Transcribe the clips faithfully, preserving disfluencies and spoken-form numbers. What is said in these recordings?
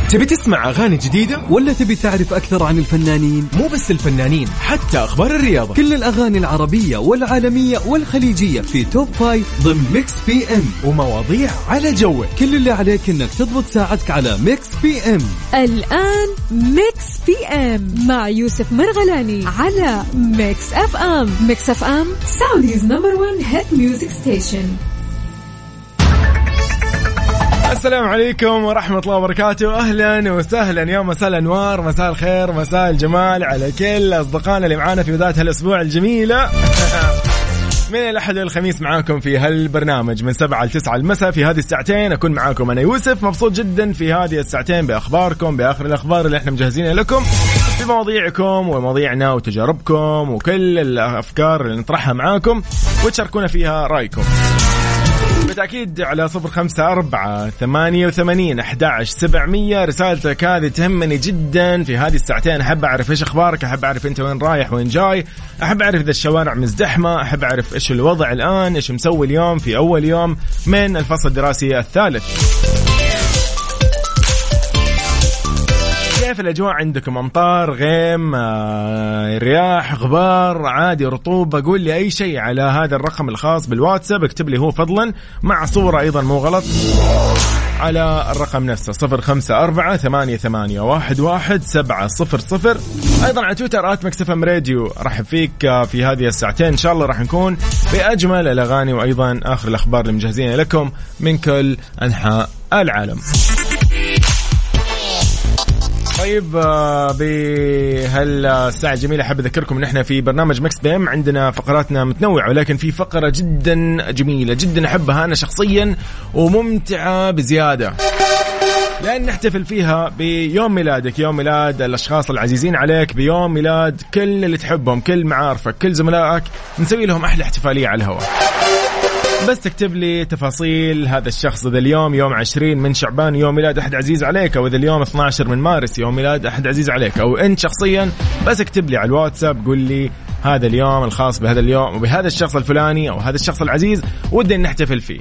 تبي تسمع أغاني جديدة ولا تبي تعرف أكثر عن الفنانين؟ مو بس الفنانين، حتى أخبار الرياضة، كل الأغاني العربية والعالمية والخليجية في توب فايف ضمن ميكس بي ام، ومواضيع على جوك. كل اللي عليك إنك تضبط ساعتك على ميكس بي ام. الآن ميكس بي ام مع يوسف مرغلاني على ميكس اف ام. ميكس اف ام سعوديز نمبر ون هيت ميوزك ستيشن. السلام عليكم ورحمة الله وبركاته، أهلا وسهلا، يا مساء الأنوار، مساء الخير، مساء الجمال على كل أصدقائنا اللي معانا في بداية هالأسبوع الجميلة. من الأحد والخميس معاكم في هالبرنامج من سبعة لتسعة المساء. في هذه الساعتين أكون معاكم أنا يوسف، مبسوط جدا في هذه الساعتين بأخباركم، بآخر الأخبار اللي احنا مجهزينها لكم، بمواضيعكم ومواضيعنا وتجاربكم وكل الأفكار اللي نطرحها معاكم وتشاركونا فيها رأيكم. بالتأكيد على صفر خمسة أربعة ثمانية وثمانين أحد عشر سبعمية. رسالتك هذه تهمني جدا في هذه الساعتين. أحب أعرف إيش أخبارك، أحب أعرف أنت وين رايح وين جاي، أحب أعرف إذا الشوارع مزدحمة، أحب أعرف إيش الوضع الآن، إيش مسوي اليوم في أول يوم من الفصل الدراسي الثالث. كيف الأجواء عندكم؟ أمطار، غيم، آه، رياح، غبار، عادي، رطوبة؟ قول لي أي شيء على هذا الرقم الخاص بالواتساب، اكتب لي هو فضلا مع صورة أيضا مو غلط على الرقم نفسه صفر خمسة أربعة ثمانية ثمانية واحد واحد سبعة صفر صفر. أيضا على تويتر آت ميكس اف ام راديو. رحب فيك في هذه الساعتين، إن شاء الله راح نكون بأجمل الأغاني وأيضا آخر الأخبار اللي مجهزين لكم من كل أنحاء العالم. طيب بهالساعة الجميلة أحب أذكركم إن إحنا في برنامج ميكس بي ام عندنا فقراتنا متنوعة، ولكن في فقرة جدا جميلة جدا أحبها أنا شخصيا وممتعة بزيادة، لأن نحتفل فيها بيوم ميلادك، يوم ميلاد الأشخاص العزيزين عليك، بيوم ميلاد كل اللي تحبهم، كل معارفك، كل زملائك، نسوي لهم أحلى احتفالية على الهواء. بس تكتب لي تفاصيل هذا الشخص، إذا اليوم يوم عشرين من شعبان يوم ميلاد أحد عزيز عليك، أو إذا اليوم اثنا عشر من مارس يوم ميلاد أحد عزيز عليك، أو أنت شخصيا، بس اكتب لي على الواتساب قول لي هذا اليوم الخاص بهذا اليوم وبهذا الشخص الفلاني أو هذا الشخص العزيز ودي نحتفل فيه.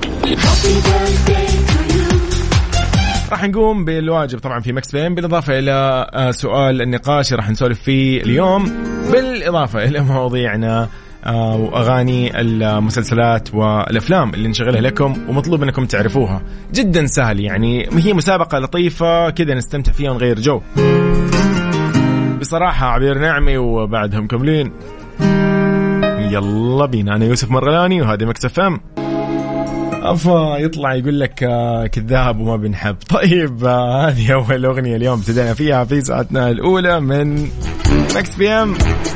راح نقوم بالواجب طبعا في مكس بين، بالإضافة إلى سؤال النقاش راح نسولف فيه اليوم، بالإضافة إلى مواضيعنا وأغاني المسلسلات والأفلام اللي نشغلها لكم ومطلوب أنكم تعرفوها. جدا سهل، يعني هي مسابقة لطيفة كذا نستمتع فيها ونغير جو. بصراحة عبير نعمي وبعدهم كملين. يلا بينا، أنا يوسف مرغلاني وهذه ميكس اف ام. أفا يطلع يقول لك كذاب وما بنحب. طيب هذه أول أغنية اليوم ابتدينا فيها في ساعتنا الأولى من ميكس بي ام.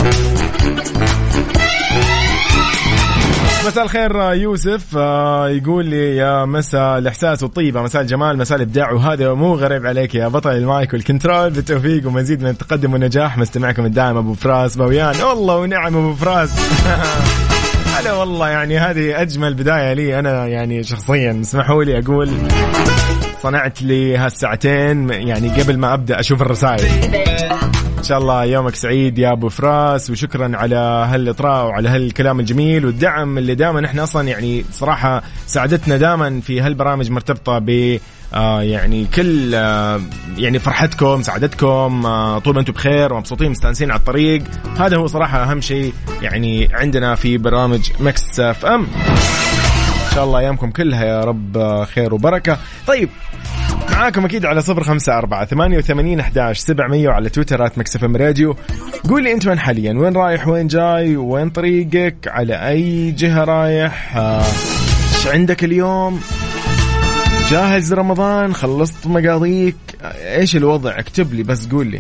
مساء الخير يوسف، يقول لي يا مساء الإحساس والطيبة، مساء الجمال، مساء الإبداع، وهذا مو غريب عليك يا بطل المايك والكنترول. بالتوفيق ومزيد من التقدم والنجاح، مستمعكم الدائم أبو فراس بويان. والله ونعم أبو فراس. هلا والله، يعني هذه أجمل بداية لي أنا يعني شخصيا. اسمحوا لي أقول صنعت لي هالساعتين يعني قبل ما أبدأ أشوف الرسائل. إن شاء الله يومك سعيد يا أبو فراس، وشكرا على هالإطراء وعلى هالكلام الجميل والدعم اللي دائما إحنا أصلا يعني صراحة ساعدتنا دائما في هالبرامج مرتبطة ب آه يعني كل آه يعني فرحتكم، سعادتكم، آه طول ما أنتم بخير ومبسوطين مستانسين على الطريق. هذا هو صراحة أهم شيء يعني عندنا في برامج ميكس اف ام. إن شاء الله أيامكم كلها يا رب خير وبركة. طيب معاكم أكيد على صفر خمسة أربعة ثمانية وثمانين أحد عشر سبعمية وعلى تويترات ميكس اف ام راديو. قول لي أنت وين حاليا، وين رايح، وين جاي، وين طريقك، على أي جهة رايح، إيش عندك اليوم، جاهز رمضان، خلصت مقاضيك، إيش الوضع، اكتب لي بس قول لي.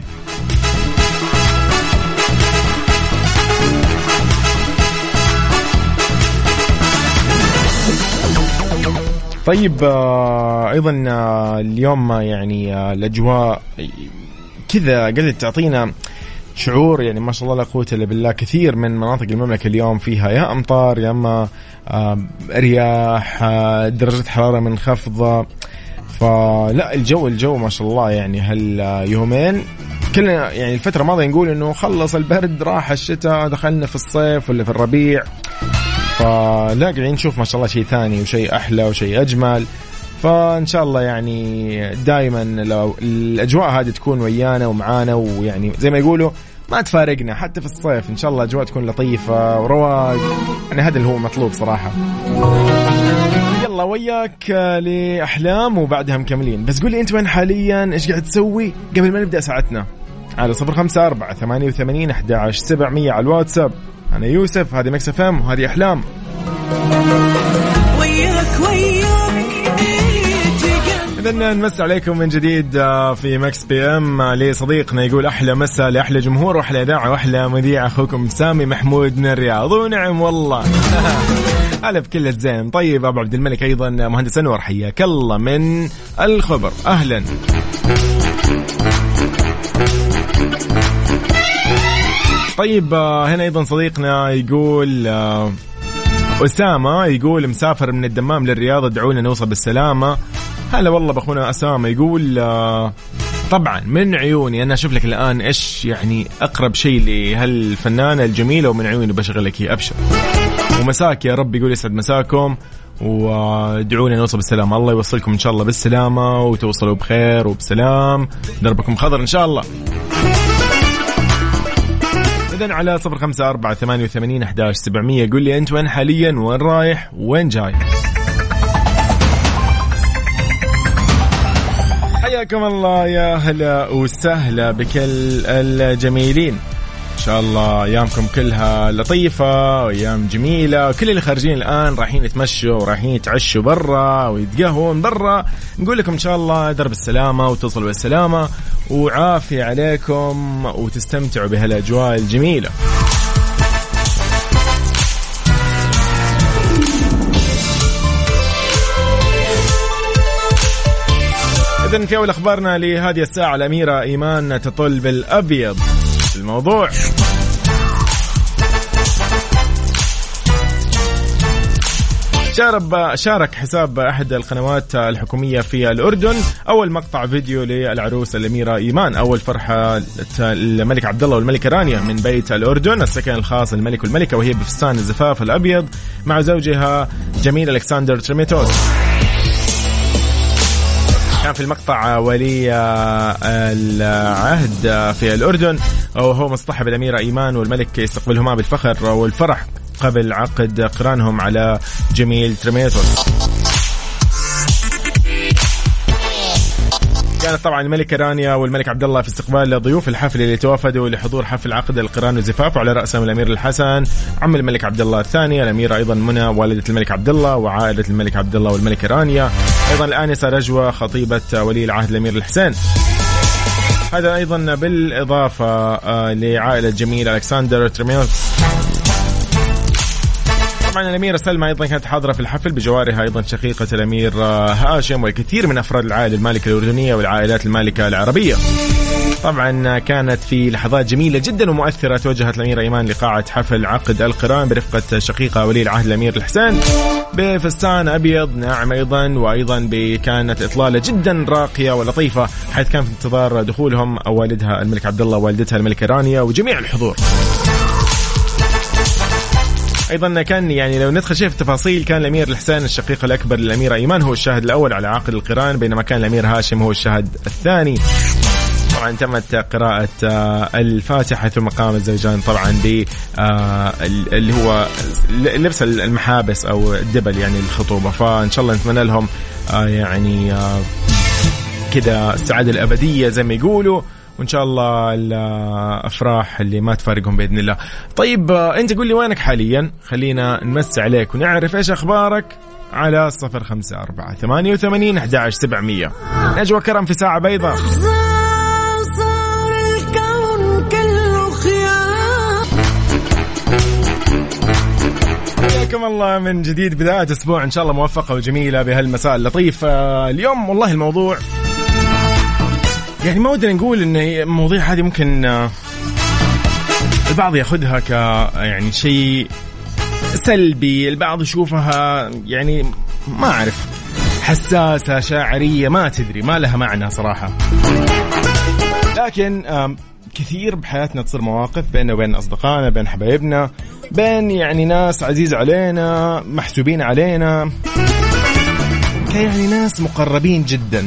طيب أيضا اليوم يعني الأجواء كذا قدرت تعطينا شعور يعني ما شاء الله لا قوة إلا بالله. كثير من مناطق المملكة اليوم فيها يا أمطار يا أما رياح، درجة حرارة منخفضة، فلا الجو الجو ما شاء الله يعني هاليومين كلنا يعني الفترة الماضية نقول إنه خلص البرد راح الشتاء دخلنا في الصيف ولا في الربيع، فلا قاعدين نشوف ما شاء الله شيء ثاني وشيء أحلى وشيء أجمل. فإن شاء الله يعني دائما لو الأجواء هذه تكون ويانا ومعانا، ويعني زي ما يقولوا ما تفارقنا حتى في الصيف. إن شاء الله أجواء تكون لطيفة ورواق، يعني هذا اللي هو مطلوب صراحة. يلا وياك لأحلام وبعدها مكملين. بس قولي أنت وين حاليا، إيش قاعد تسوي قبل ما نبدأ ساعتنا على صفر خمسة أربعة ثمانية وثمانين أحد عشر سبعمية على الواتساب. أنا يوسف، هذه مكس اف ام وهذه أحلام. وياك وياك إذن نمس عليكم من جديد في مكس بي ام لصديقنا يقول أحلى مساء لأحلى جمهور وأحلى إذاعة وأحلى مذيع، أخوكم سامي محمود من الرياض. ونعم والله هلا بكل الزين. طيب أبو عبد الملك أيضا مهندس أنور، حياك الله من الخبر، أهلا. طيب هنا أيضا صديقنا يقول أسامة، يقول مسافر من الدمام للرياض، ادعونا نوصل بالسلامة. هلا والله بأخونا أسامة. يقول طبعا من عيوني أنا أشوف لك الآن إيش يعني أقرب شيء لهالفنانة الجميلة، ومن عيوني بشغل لك أبشر ومساك يا رب. يقول يسعد مساكم ودعونا نوصل بالسلامة. الله يوصلكم إن شاء الله بالسلامة وتوصلوا بخير وبسلام، دربكم خضر إن شاء الله. إذن على صفر خمسة أربعة ثمانية وثمانين أحد عشر سبعمية قل لي أنت وين حاليا، وين رايح، وين جاي. حياكم الله، يا هلا وسهلا بكل الجميلين. إن شاء الله أيامكم كلها لطيفة وأيام جميلة، وكل اللي خارجين الآن رايحين يتمشوا ورايحين يتعشوا برا ويتقهون برا، نقول لكم إن شاء الله درب السلامة وتصلوا بالسلامة وعافية عليكم وتستمتعوا بهالأجواء الجميلة. إذن في أول أخبارنا لهذه الساعة، الأميرة إيمان تطل بالأبيض. الموضوع شارب شارك حساب أحد القنوات الحكومية في الأردن أول مقطع فيديو للعروس الأميرة إيمان، أول فرحة الملك عبد الله والملكة رانيا من بيت الأردن، السكن الخاص للملك والملكة، وهي بفستان الزفاف الأبيض مع زوجها جميل ألكسندر تريميتوس. كان في المقطع ولي العهد في الأردن وهو مصطحب الأميرة إيمان والملك يستقبلهما بالفخر والفرح قبل عقد قرانهم على جميل تريميتوس. كانت طبعا الملكة رانيا والملك عبد الله في استقبال ضيوف الحفل اللي توافدوا لحضور حفل عقد القران والزفاف، وعلى رأسهم الأمير الحسن عم الملك عبد الله الثاني، الأميرة أيضا منى والدة الملك عبد الله وعائلة الملك عبد الله والملكة رانيا، أيضا الآنسة رجوة خطيبة ولي العهد الأمير الحسين. هذا أيضا بالإضافة لعائلة جميل ألكسندر تريميتوس. طبعا الأميرة سلمى أيضا كانت حاضرة في الحفل بجوارها أيضا شقيقة الأمير هاشم والكثير من أفراد العائلة المالكة الأردنية والعائلات المالكة العربية. طبعا كانت في لحظات جميلة جدا ومؤثرة توجهت الأميرة إيمان لقاعة حفل عقد القران برفقة شقيقة ولي العهد الأمير الحسين بفستان أبيض ناعم أيضا، وأيضا كانت إطلالة جدا راقية ولطيفة، حيث كان في انتظار دخولهم والدها الملك عبد الله ووالدتها الملكة رانيا وجميع الحضور. أيضا كان يعني لو ندخل شيء في التفاصيل، كان الأمير الحسين الشقيق الأكبر للأميرة إيمان هو الشاهد الأول على عقد القران، بينما كان الأمير هاشم هو الشاهد الثاني. طبعا تمت قراءة الفاتحة ثم قام الزوجان طبعا ب اللي هو لبس المحابس أو الدبل يعني الخطوبة. فإن شاء الله نتمنى لهم يعني كده السعادة الأبدية زي ما يقولوا، وإن شاء الله الأفراح اللي ما تفارقهم بإذن الله. طيب أنت قول لي وينك حاليا، خلينا نمس عليك ونعرف إيش أخبارك على صفر خمسة أربعة ثمانية وثمانين أحد عشر سبعمية. نجوى كرم في ساعة بيضاء. حياكم الله من جديد، بداية أسبوع إن شاء الله موفقة وجميلة بهالمساء اللطيف. اليوم والله الموضوع يعني ما ودنا نقول إن المواضيع هذه ممكن البعض يأخذها ك يعني شيء سلبي، البعض يشوفها يعني ما أعرف حساسة شاعرية، ما تدري ما لها معنى صراحة. لكن كثير بحياتنا تصير مواقف بيننا وبين أصدقائنا، بين حبايبنا، بين يعني ناس عزيز علينا محسوبين علينا، كيعني ناس مقربين جدا.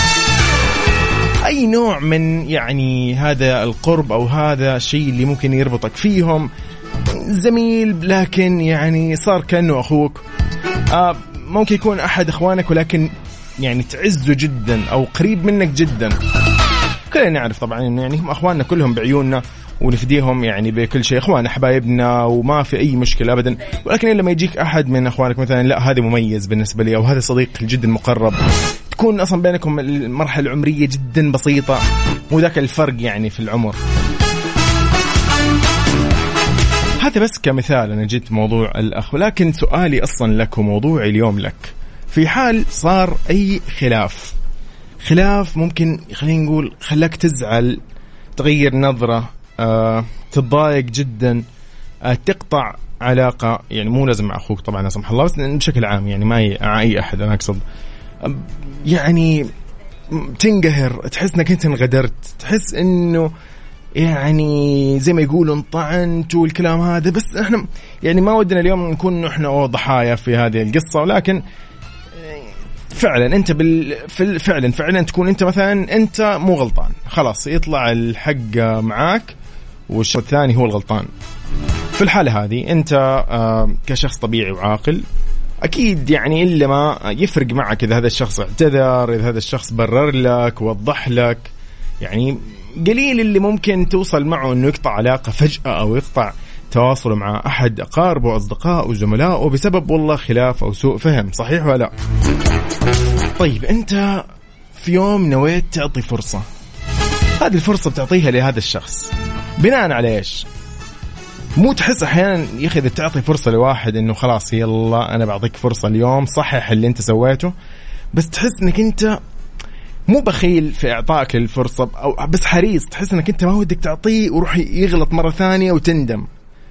أي نوع من يعني هذا القرب أو هذا الشيء اللي ممكن يربطك فيهم، زميل لكن يعني صار كأنه أخوك، آه ممكن يكون أحد أخوانك ولكن يعني تعزه جدا أو قريب منك جدا. كلنا نعرف طبعا إنه يعني هم أخواننا كلهم بعيوننا ونفديهم يعني بكل شيء، أخوان حبايبنا وما في أي مشكلة أبدا. ولكن لما يجيك أحد من أخوانك مثلا لا هذا مميز بالنسبة لي أو هذا صديق جدا مقرب، تكون أصلا بينكم المرحلة العمرية جدا بسيطة وذاك الفرق يعني في العمر. هذا بس كمثال أنا جيت موضوع الأخ، ولكن سؤالي أصلا لك وموضوعي اليوم لك، في حال صار أي خلاف خلاف ممكن خلينا نقول خلاك تزعل، تغير نظرة، آه، تضايق جدا، آه، تقطع علاقة، يعني مو لازم مع أخوك طبعا لا سمح الله، بس بشكل عام يعني ما أي أحد أنا أقصد، آه، يعني تنقهر، تحس إنك أنت انغدرت، تحس إنه يعني زي ما يقولوا انطعنت والكلام هذا. بس إحنا يعني ما ودنا اليوم نكون إحنا ضحايا في هذه القصة، ولكن فعلا انت بال... فعلا فعلا تكون انت مثلا انت مو غلطان، خلاص يطلع الحق معاك والشخص الثاني هو الغلطان. في الحالة هذه انت آه كشخص طبيعي وعاقل اكيد يعني الا ما يفرق معك اذا هذا الشخص اعتذر، اذا هذا الشخص برر لك ووضح لك. يعني قليل اللي ممكن توصل معه انه يقطع علاقة فجأة او يقطع تواصله مع أحد أقاربه وأصدقائه وزملائه بسبب والله خلاف أو سوء فهم، صحيح ولا لا؟ طيب أنت في يوم نويت تعطي فرصة، هذه الفرصة بتعطيها لهذا الشخص بناء على إيش؟ مو تحس أحيانا يا أخي إذا تعطي فرصة لواحد إنه خلاص يلا أنا بعطيك فرصة اليوم صحح اللي أنت سويته، بس تحس إنك أنت مو بخيل في إعطائك للفرصة أو بس حريص، تحس إنك أنت ما ودك تعطيه وروح يغلط مرة ثانية وتندم.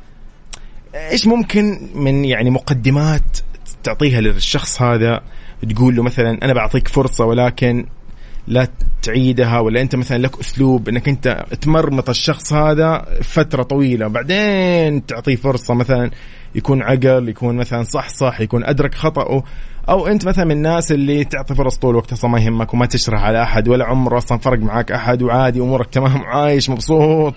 إيش ممكن من يعني مقدمات تعطيها للشخص هذا؟ تقول له مثلا أنا بعطيك فرصة ولكن لا تعيدها، ولا أنت مثلا لك أسلوب أنك أنت تمرمط الشخص هذا فترة طويلة بعدين تعطيه فرصة، مثلا يكون عقل، يكون مثلا صح صح يكون أدرك خطأه، أو أنت مثلا من الناس اللي تعطي فرص طول وقت أصلا ما يهمك وما تشرح على أحد ولا عمره أصلا فرق معك أحد وعادي أمورك تمام عايش مبسوط،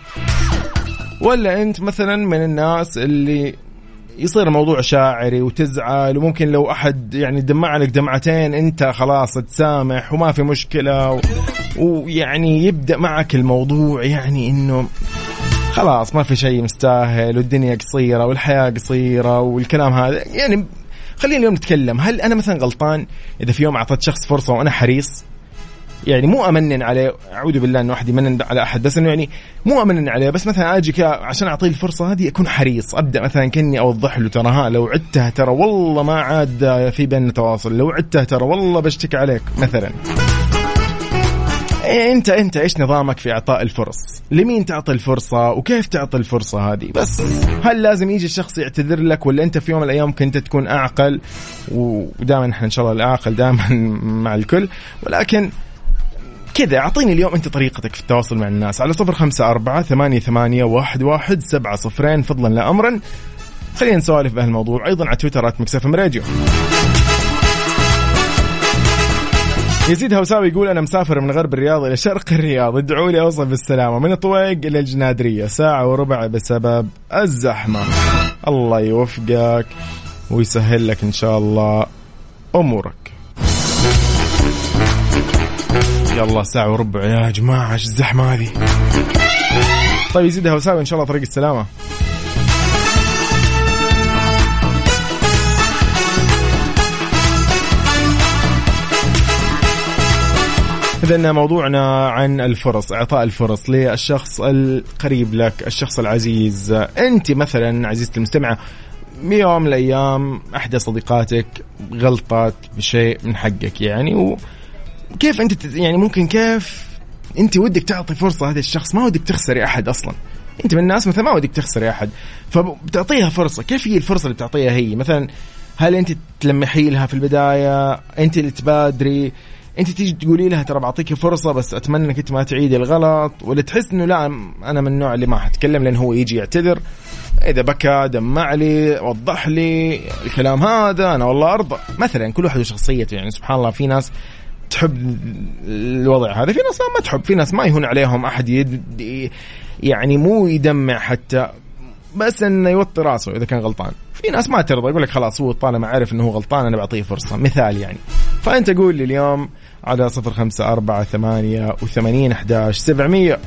ولا أنت مثلا من الناس اللي يصير موضوع شاعري وتزعل وممكن لو أحد يعني دمع لك دمعتين أنت خلاص تسامح وما في مشكلة و... ويعني يبدأ معك الموضوع يعني إنه خلاص ما في شيء مستاهل والدنيا قصيرة والحياة قصيرة والكلام هذا. يعني خلينا اليوم نتكلم، هل أنا مثلا غلطان إذا في يوم أعطيت شخص فرصة وأنا حريص؟ يعني مو أمنن عليه، أعوذ بالله إنه أحد يمنن على أحد، بس إنه يعني مو أمنن عليه، بس مثلا أجي عشان أعطيه الفرصة هذه أكون حريص، أبدأ مثلا كني أوضح له ترى ها لو عدتها ترى والله ما عاد في بيننا تواصل، لو عدتها ترى والله بشتكي عليك مثلا. أنت أنت إيش نظامك في إعطاء الفرص؟ لمين تعطي الفرصة وكيف تعطي الفرصة هذه؟ بس هل لازم يجي الشخص يعتذر لك، ولا أنت في يوم من الأيام كنت تكون أعقل؟ ودائما إحنا إن شاء الله الأعقل دائما مع الكل، ولكن كذا أعطيني اليوم أنت طريقتك في التواصل مع الناس على صفر خمسة أربعة ثمانية ثمانية واحد واحد سبعة صفرين فضلا لا أمرا. خلينا نسولف بهالموضوع أيضا على تويترات ميكس إف إم راديو. يزيد هوساوي يقول أنا مسافر من غرب الرياض إلى شرق الرياض، ادعوا لي أوصل بالسلامة من الطويق إلى الجنادرية ساعة وربع بسبب الزحمة. الله يوفقك ويسهل لك إن شاء الله أمورك. يلا ساعة وربع يا جماعة ايش الزحمة هذه. طيب يزيدها وساوي إن شاء الله طريق السلامة. إذن موضوعنا عن الفرص، إعطاء الفرص للشخص القريب لك، الشخص العزيز. أنت مثلا عزيزتي المستمعة يوم من الأيام أحدى صديقاتك غلطت بشيء من حقك يعني، و كيف أنت يعني ممكن كيف أنت ودك تعطي فرصة هذا الشخص، ما ودك تخسري أحد أصلا، أنت من الناس مثلا ما ودك تخسري أحد فبتعطيها فرصة. كيف هي الفرصة اللي بتعطيها هي؟ مثلا هل أنت تلمحي لها في البداية، أنت اللي تبادري، انت تيجي تقولي لها ترى بعطيك فرصه بس اتمنى انك انت ما تعيدي الغلط، ولا تحس انه لا انا من النوع اللي ما حتكلم لان هو يجي يعتذر، اذا بكى دمع لي وضح لي الكلام هذا انا والله ارضى مثلا. كل واحد وشخصيته يعني، سبحان الله في ناس تحب الوضع هذا، في ناس ما تحب، في ناس ما يهون عليهم احد يد يعني مو يدمع حتى بس انه يوطي راسه اذا كان غلطان. في ناس ما ترضى، يقول لك خلاص هو طالما عارف انه هو غلطان انا بعطيه فرصه مثال يعني. فانت قول لي اليوم على صفر خمسة أربعة ثمانية وثمانين أحداش سبعمية.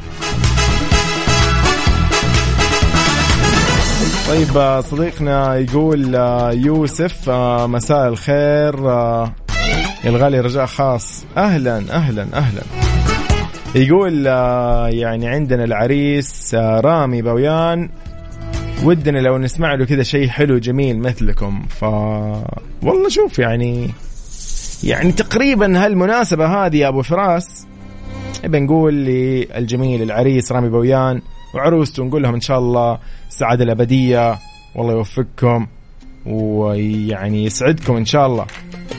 طيب صديقنا يقول يوسف مساء الخير يا الغالي، رجاء خاص. أهلا أهلا أهلا. يقول يعني عندنا العريس رامي بويان، ودنا لو نسمع له كذا شيء حلو جميل مثلكم. ف والله شوف يعني يعني تقريبا هالمناسبة هذه يا أبو فراس بنقول للجميل العريس رامي بويان وعروسته، نقول لهم إن شاء الله السعادة الأبدية والله يوفقكم ويعني يسعدكم إن شاء الله.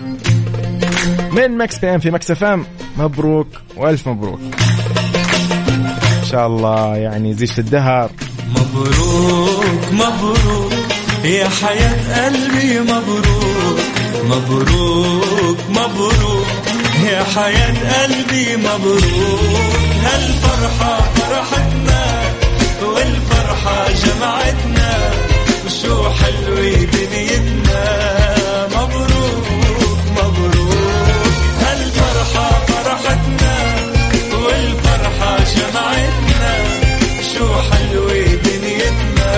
من مكس بي ام في مكس اف ام، مبروك والف مبروك ان شاء الله يعني زيشت الدهر. مبروك مبروك يا حياة قلبي، مبروك مبروك مبروك يا حياة قلبي، مبروك هالفرحة فرحتنا والفرحة جمعتنا وشو حلوة دنيتنا. مبروك مبروك هالفرحة فرحتنا والفرحة جمعتنا شو حلوة دنيتنا.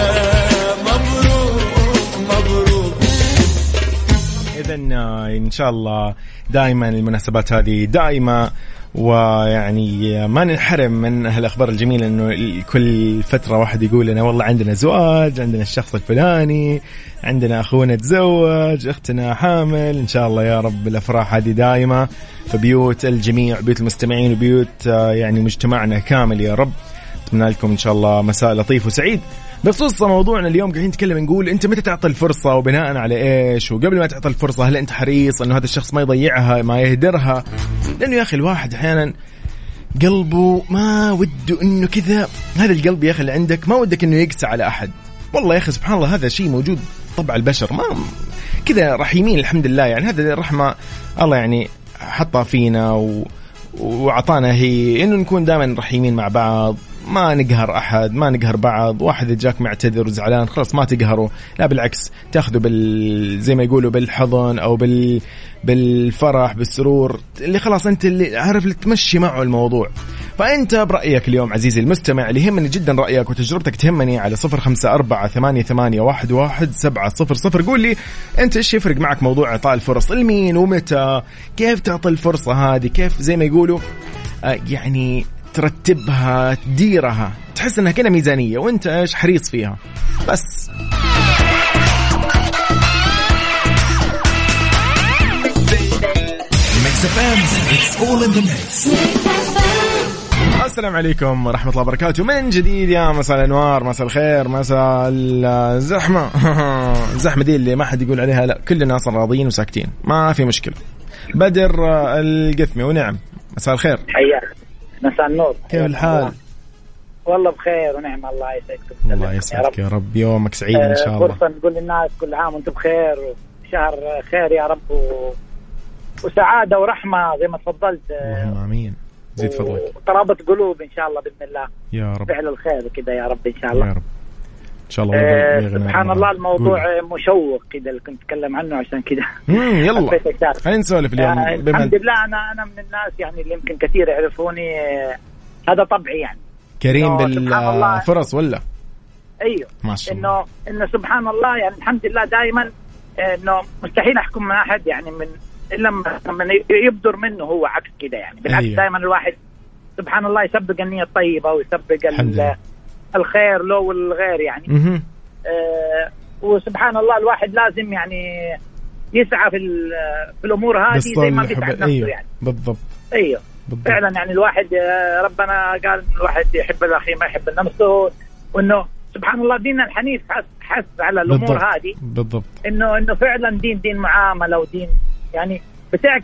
مبروك مبروك. إذن إن شاء الله دائما المناسبات هذه دائما، ويعني ما ننحرم من هالأخبار الجميلة إنه كل فترة واحد يقول لنا والله عندنا زواج، عندنا الشخص الفلاني، عندنا أخونا تزوج، أختنا حامل. إن شاء الله يا رب الأفراح هذه دائما في بيوت الجميع، بيوت المستمعين وبيوت يعني مجتمعنا كامل يا رب. أتمنى لكم إن شاء الله مساء لطيف وسعيد. بخصوص موضوعنا اليوم قاعدين نتكلم نقول أنت متى تعطي الفرصة وبناء على إيش، وقبل ما تعطي الفرصة هل أنت حريص أنه هذا الشخص ما يضيعها ما يهدرها؟ لأنه يا أخي الواحد أحيانا قلبه ما وده إنه كذا، هذا القلب يا أخي اللي عندك ما ودك إنه يقسى على أحد. والله يا أخي سبحان الله هذا شيء موجود طبع البشر، ما كذا رحيمين الحمد لله يعني. هذا الرحمة الله يعني حطها فينا و... وعطانا هي إنه نكون دائما رحيمين مع بعض، ما نقهر أحد، ما نقهر بعض. واحد إذا جاك معتذر وزعلان خلاص ما تقهره، لا بالعكس تأخذه بال زي ما يقولوا بالحضن أو بال بالفرح بالسرور اللي خلاص أنت اللي عارف اللي تمشي معه الموضوع. فأنت برأيك اليوم عزيزي المستمع اللي يهمني جدا رأيك وتجربتك تهمني على صفر خمسة أربعة ثمانية ثمانية واحد واحد سبعة صفر صفر. قول لي أنت إيش يفرق معك موضوع إعطاء الفرص، المين ومتى، كيف تعطي الفرصة هذه، كيف زي ما يقولوا آه يعني ترتبها تديرها، تحس انها كده ميزانية وانت ايش حريص فيها بس. السلام عليكم ورحمة الله وبركاته من جديد، يا مساء الأنوار، مساء الخير، مساء الزحمة. الزحمة دي اللي ما حد يقول عليها لا، كلنا أصلا راضيين وساكتين ما في مشكلة. بدر القثمي ونعم مساء الخير. حياك مساء النور، كيف الحال؟ والله بخير ونعم، الله يسعدكم. الله يسعدك يا رب، يومك سعيد إن شاء الله. فرصة نقول للناس كل عام وانتم بخير وشهر خير يا رب و... وسعادة ورحمة زي ما تفضلت. اللهم آمين، زيد فضلك. وقرابة قلوب إن شاء الله بإذن الله يا رب، فعل الخير كده يا رب إن شاء الله يا رب إن شاء الله. آه سبحان الله الموضوع قولي. مشوق كده اللي كنت أتكلم عنه عشان كده. امم يلا خلينا نسولف اليوم. آه الحمد لله أنا أنا من الناس يعني اللي يمكن كثير يعرفوني آه هذا طبعي يعني كريم بالفرص ولا أيوه ما شاء الله. إنه إنه سبحان الله يعني الحمد لله دائما إنه مستحيل أحكم من أحد يعني من إلا لما يبدر منه هو عكس كده يعني. بالعكس أيوه. دائما الواحد سبحان الله يسبق النية الطيبة ويسبق الخير له والغير يعني. آه وسبحان الله الواحد لازم يعني يسعى في في الأمور هذه زي ما بيسعى نفسه أيوه. يعني بالضبط أيوه بالضبط. فعلا يعني الواحد ربنا قال الواحد يحب الأخي ما يحب نفسه، وإنه سبحان الله ديننا الحنيف حس حس على الأمور بالضبط. هذه بالضبط. إنه إنه فعلا دين دين معاملة ودين يعني بتعكس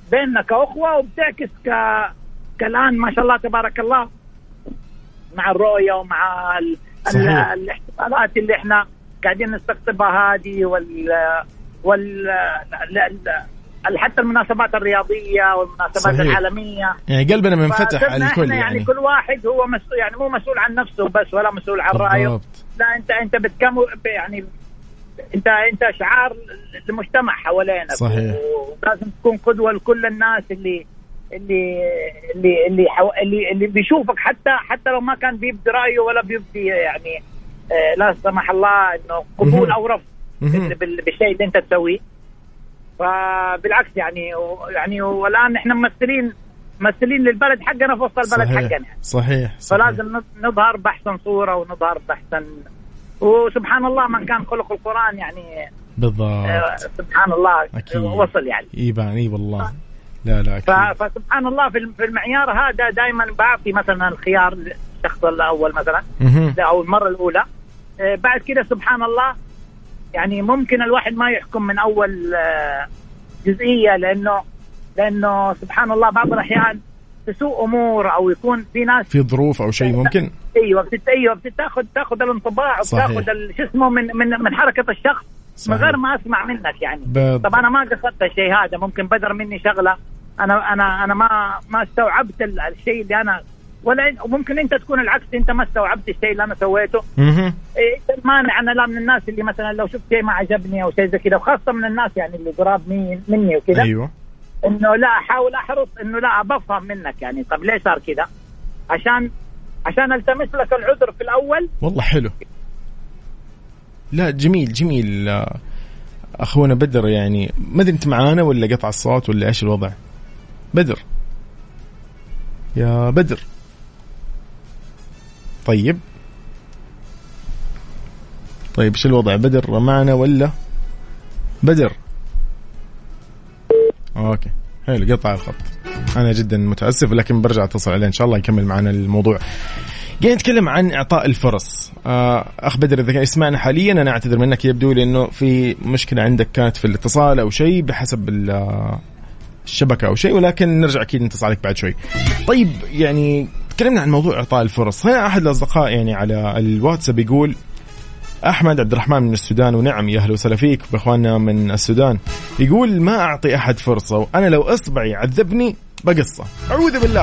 بيننا كأخوة، وبتعكس ك كالآن ما شاء الله تبارك الله مع الرؤية ومع ال... ال... الاحتفالات اللي احنا قاعدين نستقطبها هذه وال وال ال... حتى المناسبات الرياضية والمناسبات صحيح. العالمية، يعني قلبنا منفتح على الكل، يعني. يعني كل واحد هو مسؤول، يعني مو مسؤول عن نفسه بس ولا مسؤول عن رأيه، لا انت انت بتكمل يعني انت انت شعار المجتمع حوالينك، صحيح. ولازم تكون قدوة لكل الناس اللي اللي اللي اللي, حو... اللي اللي بيشوفك، حتى حتى لو ما كان بيبدي رأيه ولا بيبدي يعني آه لا سمح الله انه قبول او رفض بالشيء اللي انت تسويه. فبالعكس يعني يعني والان احنا ممثلين ممثلين للبلد حقنا في وسط البلد صحيح. حقنا، صحيح. صحيح. فلازم نظهر بأحسن صورة ونظهر بأحسن، وسبحان الله من كان خلق القرآن يعني بالضبط آه سبحان الله أكيد. وصل يعني يبان اي والله لا لا فسبحان الله في المعيار هذا دائما بعطي مثلا الخيار للشخص الأول مثلا أو المرة الأولى، آه بعد كده سبحان الله يعني ممكن الواحد ما يحكم من أول آه جزئية، لأنه لأنه سبحان الله بعض الأحيان تسوء أمور أو يكون في ناس في ظروف أو شيء ممكن أيوة بتت أيوة بتاخذ تاخذ الانطباع وتاخذ شو اسمه من من من حركة الشخص صحيح. من غير ما أسمع منك يعني ب... طب أنا ما قصدت الشيء هذا، ممكن بدر مني شغلة أنا أنا أنا ما ما استوعبت الشيء اللي أنا، ولا وممكن أنت تكون العكس، أنت ما استوعبت الشيء اللي أنا سويته. اها إيه المانع أنا لا من الناس اللي مثلا لو شفت شيء ما عجبني أو شيء زي كذا، وخاصة من الناس يعني اللي قراب مني وكذا أيوه انه لا احاول احرص انه لا بفهم منك يعني طب ليه صار كذا، عشان عشان التمس لك العذر في الاول. والله حلو، لا جميل جميل اخونا بدر، يعني ما ادري انت معانا ولا قطع الصوت ولا ايش الوضع؟ بدر يا بدر طيب طيب ايش الوضع؟ بدر معنا ولا بدر؟ اوكي حلو قطع الخط، انا جدا متاسف لكن برجع اتصل عليه ان شاء الله يكمل معنا الموضوع. جاي نتكلم عن اعطاء الفرص. اخ بدر اذا يسمعنا حاليا انا اعتذر منك، يبدو لي انه في مشكله عندك كانت في الاتصال او شيء بحسب الشبكه او شيء، ولكن نرجع اكيد نتصل عليك بعد شوي. طيب يعني تكلمنا عن موضوع اعطاء الفرص. هنا احد الاصدقاء يعني على الواتساب يقول أحمد عبد الرحمن من السودان، ونعم يا أهلا وسهلا فيك بإخواننا من السودان. يقول ما أعطي أحد فرصة، وأنا لو إصبعي عذبني بقصة، أعوذ بالله.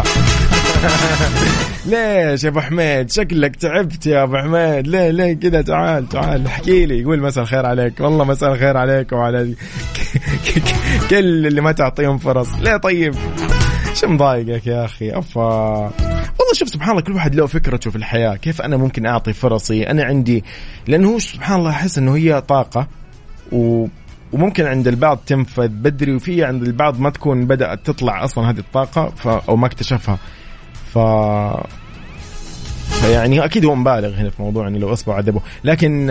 ليش يا أبو حميد شكلك تعبت يا أبو حميد، ليه ليه كذا؟ تعال تعال احكي لي. يقول مساء الخير عليك، والله مساء الخير عليك وعلى كل اللي ما تعطيهم فرص. ليه طيب شو مضايقك يا أخي؟ أفا والله شوف سبحان الله كل واحد له فكرته في الحياة، كيف أنا ممكن أعطي فرصي أنا عندي، لأنه هو سبحان الله أحس أنه هي طاقة و... وممكن عند البعض تنفذ بدري، وفي عند البعض ما تكون بدأت تطلع أصلا هذه الطاقة ف... أو ما اكتشفها. ف... فيعني أكيد هو مبالغ هنا في موضوع أنه لو أصبح عذبه، لكن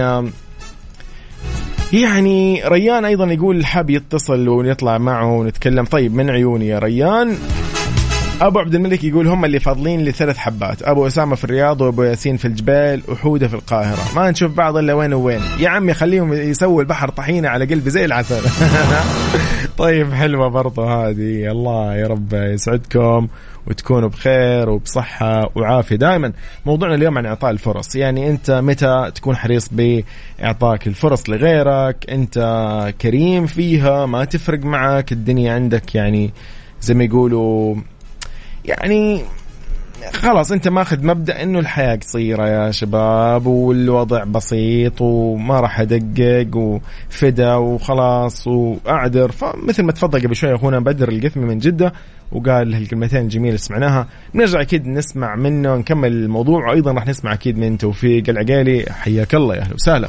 يعني ريان أيضا يقول حاب يتصل ونطلع معه ونتكلم. طيب من عيوني يا ريان. أبو عبد الملك يقول هم اللي فاضلين لثلاث حبات، أبو أسامة في الرياض وأبو ياسين في الجبال وحودة في القاهرة، ما نشوف بعض إلا وين وين. يا عمي خليهم يسووا البحر طحينة على قلبي زي العسل. طيب حلوة برضو هذه. الله يا رب يسعدكم وتكونوا بخير وبصحة وعافية دائما. موضوعنا اليوم عن إعطاء الفرص، يعني أنت متى تكون حريص بإعطاك الفرص لغيرك، أنت كريم فيها، ما تفرق معك الدنيا عندك يعني زي ما يقولوا يعني خلاص انت ماخذ مبدأ انه الحياة قصيرة يا شباب والوضع بسيط وما راح ادقق وفدا وخلاص واعذر. فمثل ما تفضل قبل شوي اخونا بدر القثمي من جدة وقال هالكلمتين الجميلة سمعناها، بنرجع اكيد نسمع منه نكمل الموضوع، وايضا راح نسمع اكيد من توفيق العقالي. حياك الله يا اهلا وسهلا.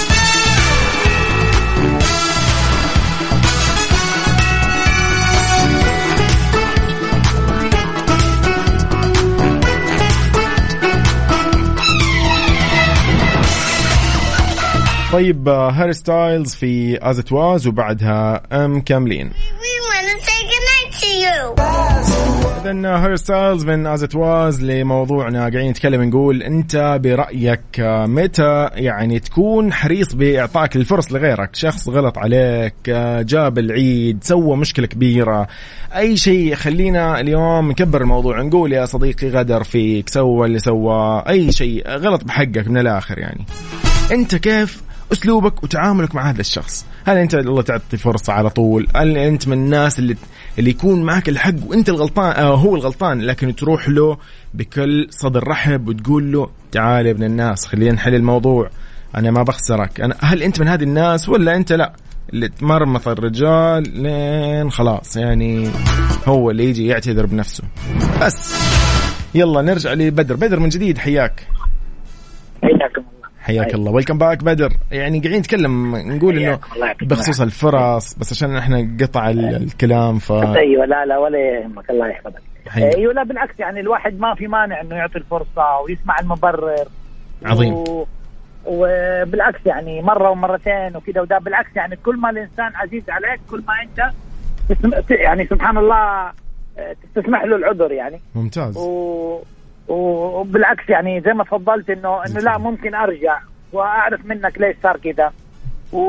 طيب هاري ستايلز في As It Was وبعدها أم كاملين. We want to say goodnight to you. إذن هير ستايلز من از ات واز. لموضوعنا قاعدين نتكلم نقول أنت برأيك متى يعني تكون حريص بإعطاك الفرص لغيرك؟ شخص غلط عليك، جاب العيد، سوى مشكلة كبيرة، أي شيء. خلينا اليوم نكبر الموضوع، نقول يا صديقي غدر فيك، سوى اللي سوى، أي شيء غلط بحقك من الآخر. يعني أنت كيف أسلوبك وتعاملك مع هذا الشخص؟ هل أنت الله تعطي فرصة على طول؟ هل أنت من الناس اللي اللي يكون معك الحق وأنت الغلطان، آه هو الغلطان، لكن تروح له بكل صدر رحب وتقول له تعال يا ابن الناس خلينا نحل الموضوع، أنا ما بخسرك أنا؟ هل أنت من هذه الناس ولا أنت لا اللي تمرمط الرجال لين خلاص يعني هو اللي يجي يعتذر بنفسه بس؟ يلا نرجع لبدر. بدر من جديد حياك. حياكم الله. حياك الله، ويلكم باك بدر. يعني قاعدين نتكلم نقول انه بخصوص الفرص بس عشان احنا قطع الكلام ف ايوه لا لا ولا يهمك الله يحفظك. ايوه لا بالعكس يعني الواحد ما في مانع انه يعطي الفرصه ويسمع المبرر. عظيم. و... وبالعكس يعني مره ومرتين وكذا، وده بالعكس يعني كل ما الانسان عزيز عليك كل ما انت يعني سبحان الله تسمح له العذر يعني. ممتاز. و... وبالعكس يعني زي ما تفضلت انه انه لا ممكن ارجع واعرف منك ليش صار كذا و...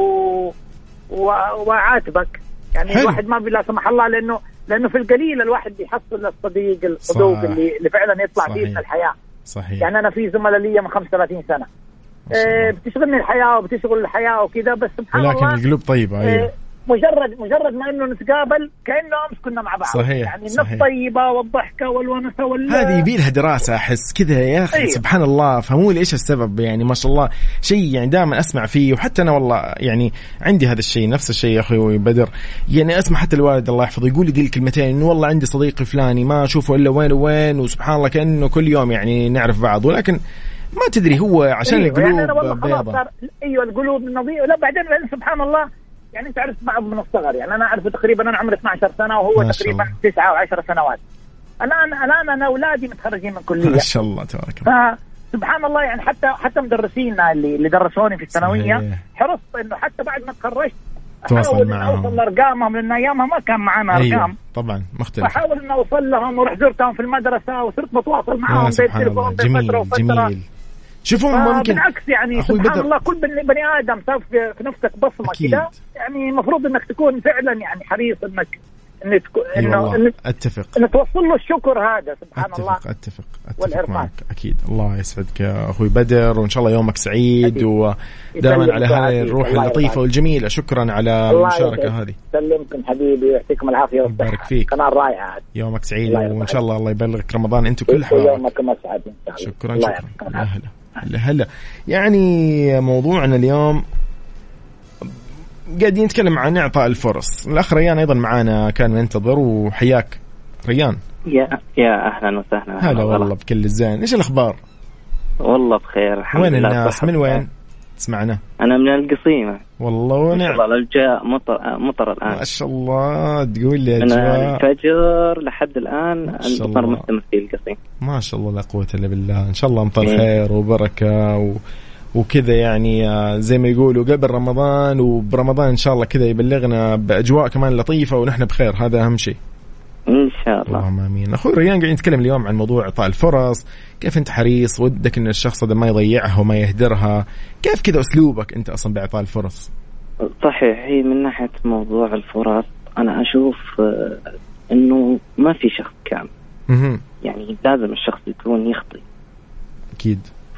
و... واعاتبك يعني. حلو. الواحد ما بلا سمح الله لانه لانه في القليل الواحد بيحصل الصديق الصدوق اللي اللي فعلا يطلع فيه من الحياه. صحيح. يعني انا في زملاء لي من خمسة وثلاثين سنه آه بتشغلني الحياه وبتشغل الحياه وكذا، بس سبحان الله ولكن القلوب طيبه. ايوه آه مجرد مجرد ما انه نتقابل كانه امس كنا مع بعض. صحيح. يعني النفس طيبه والضحكه والونسه وال هذه يبي لها دراسه احس كذا يا اخي. أيوه. سبحان الله. فهموا لي ايش السبب يعني. ما شاء الله شيء يعني دائما اسمع فيه، وحتى انا والله يعني عندي هذا الشيء نفس الشيء يا اخوي بدر. يعني اسمع حتى الوالد الله يحفظه يقول لي ذي الكلمتين انه والله عندي صديقي فلاني ما اشوفه الا وين وين، وسبحان الله كانه كل يوم يعني نعرف بعض، ولكن ما تدري هو عشان أيوه. القلوب يعني بيضة. ايوه القلوب نظيفه. لا بعدين سبحان الله يعني انت عرفت بعض من الصغر. يعني انا اعرفه تقريبا انا عمري اثنتي عشرة سنه وهو تقريبا تسعة وعشر سنوات. الان الان انا اولادي متخرجين من كليه ما شاء الله تبارك الله. سبحان الله يعني حتى حتى مدرسينا اللي اللي درسوني في الثانويه حرصت انه حتى بعد ما تخرجت تواصل معهم، اوصل لارقامهم لان ايامها ما كان معنا ارقام. أيوة. طبعا مختلف. احاول ان اوصل لهم ورح زرتهم في المدرسه وصرت بتواصل معهم بالتليفون بفتره وفتره. جميل. شوفوا ممكن بالعكس يعني سبحان بدر. الله كل بني ادم سوف في نفسك بصمه كده، يعني المفروض انك تكون فعلا يعني حريص انك ان تكون انه إن اتفق ان توصل له الشكر هذا سبحان أتفق. الله. اتفق اتفق معك اكيد. الله يسعدك يا اخوي بدر، وان شاء الله يومك سعيد ودائما على هذه الروح اللطيفه والجميله. شكرا على المشاركه هذه. سلمكم حبيبي ويعطيكم العافيه ويبارك فيك. قناه رائعه. يومك سعيد وان شاء الله الله يبلغك رمضان انت كل حاجه. يومكم اسعد ان شاء الله. شكرا شكرا. لا هلا هلا هلا. يعني موضوعنا اليوم قاعدين نتكلم عن إعطاء الفرص. الأخ ريان أيضا معانا كان منتظر، وحياك ريان. يا يا أهلا وسهلا. هلا والله بكل الزين. إيش الأخبار؟ والله بخير الحمد وين لله. وين الناس من وين تسمعنا؟ أنا من القصيمة والله ونعم. والله الجاء مطر مطر الآن ما شاء الله. تقول لي من الفجر لحد الآن المطر مستمر في القصيم. ما شاء الله لا قوة إلا بالله. إن شاء الله مطر خير وبركة و... وكذا يعني زي ما يقولوا قبل رمضان وبرمضان إن شاء الله كذا يبلغنا بأجواء كمان لطيفة ونحن بخير. هذا أهم شيء إن شاء الله. اللهم آمين. أخوي ريان قاعد نتكلم اليوم عن موضوع إعطاء الفرص. كيف أنت حريص ودك إن الشخص هذا ما يضيعها وما يهدرها؟ كيف كذا أسلوبك أنت أصلا بإعطاء الفرص؟ صحيح. هي من ناحية موضوع الفرص أنا أشوف إنه ما في شخص كامل. يعني لازم الشخص يكون يخطئ أكيد.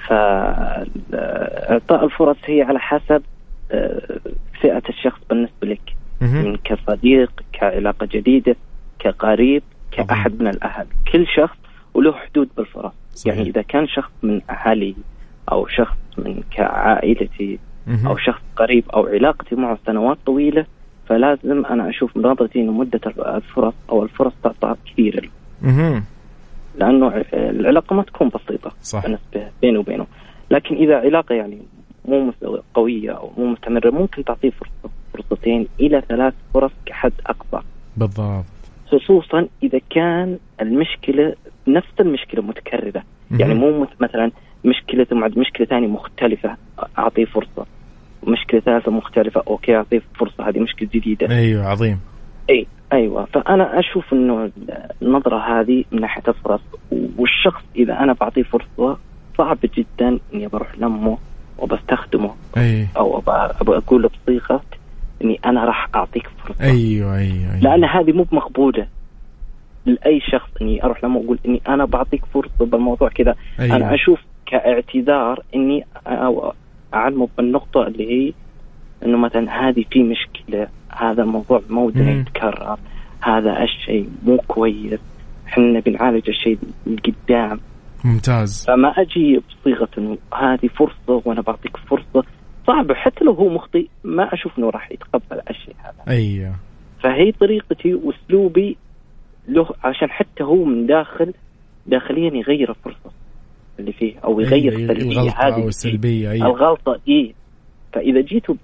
فإعطاء الفرص هي على حسب فئة الشخص بالنسبة لك، من كصديق، كعلاقة جديدة، كقريب، كأحد من الأهل. كل شخص وله حدود بالفرص. صحيح. يعني إذا كان شخص من أهلي أو شخص من كعائلتي أو شخص قريب أو علاقتي معه سنوات طويلة، فلازم أنا أشوف نظرتي إنه مدة الفرص أو الفرص تعطى كثيرة له، لأنه العلاقة ما تكون بسيطة. صح. بالنسبة بينه وبينه. لكن إذا علاقة يعني مو قوية أو مو مستمرة ممكن تعطيه فرصة فرصتين إلى ثلاث فرص كحد أقصى. بالضبط. خصوصا إذا كان المشكلة نفس المشكلة متكررة. م- يعني مو مثلا مشكلة مع مشكلة ثانية مختلفة أعطيه فرصة، مشكلة ثالثة مختلفة أوكي أعطيه فرصة، هذه مشكلة جديدة. أيوة عظيم. أي أيوة، فأنا أشوف إنه النظرة هذه من ناحية الفرص، والشخص إذا أنا بعطيه فرصة صعب جدا إني بروح لمه وبستخدمه أي. أو أبغى أقول بصيغة إني أنا راح أعطيك فرصة. أيوة أيوة, أيوة. لأن هذه مو مقبولة لأي شخص إني أروح لمه وأقول إني أنا بعطيك فرصة بالموضوع كذا. أيوة. أنا أشوف كاعتذار إني أعلمه بالنقطة اللي هي إنه مثلا هذه في مشكلة، هذا الموضوع موضوع يتكرر، هذا الشيء مو كويس، إحنا بنعالج الشيء من قدام. ممتاز. فما أجي بصيغة إنه هذه فرصة وأنا بعطيك فرصة، صعب. حتى لو هو مخطئ ما أشوف إنه راح يتقبل الشيء هذا. أيوة. فهي طريقتي وأسلوبي له عشان حتى هو من داخل داخليا يغير الفرصة اللي فيه أو يغير أي السلبية هذه أو السلبية. أي. الغلطة إيه. فإذا جيتوا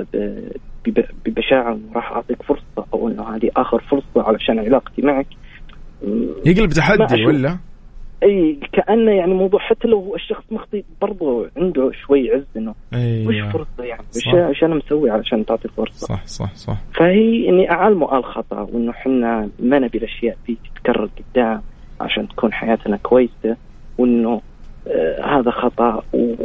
ببشاعة راح أعطيك فرصة أو إنه هذه آخر فرصة علشان علاقتي معك، يقلب تحدي ولا؟ أي كأنه يعني موضوع حتى لو الشخص مخطئ برضو عنده شوي عز إنه أيوة. وش فرصة يعني وش وش أنا مسوي علشان تعطي فرصة. صح صح صح. فهي إني أعلمه الخطأ وإنه حنا ما نبي الأشياء فيه تتكرر قدام عشان تكون حياتنا كويسة، وإنه آه هذا خطأ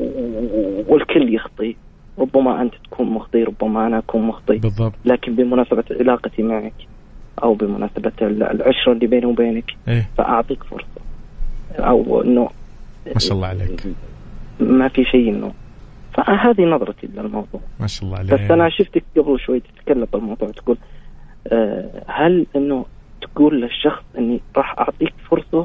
والكل يخطئ، ربما أنت تكون مخطئ ربما أنا أكون مخطئ. بالضبط. لكن بمناسبة علاقتي معك أو بمناسبة العشرة اللي بيني وبينك إيه؟ فأعطيك فرصة، أو إنه ما شاء الله عليك ما في شيء إنه. فهذه نظرتي للموضوع. ما شاء الله عليك. بس أنا شفتك قبل شوي تتكلم بالموضوع تقول أه هل إنه تقول للشخص إني راح أعطيك فرصة،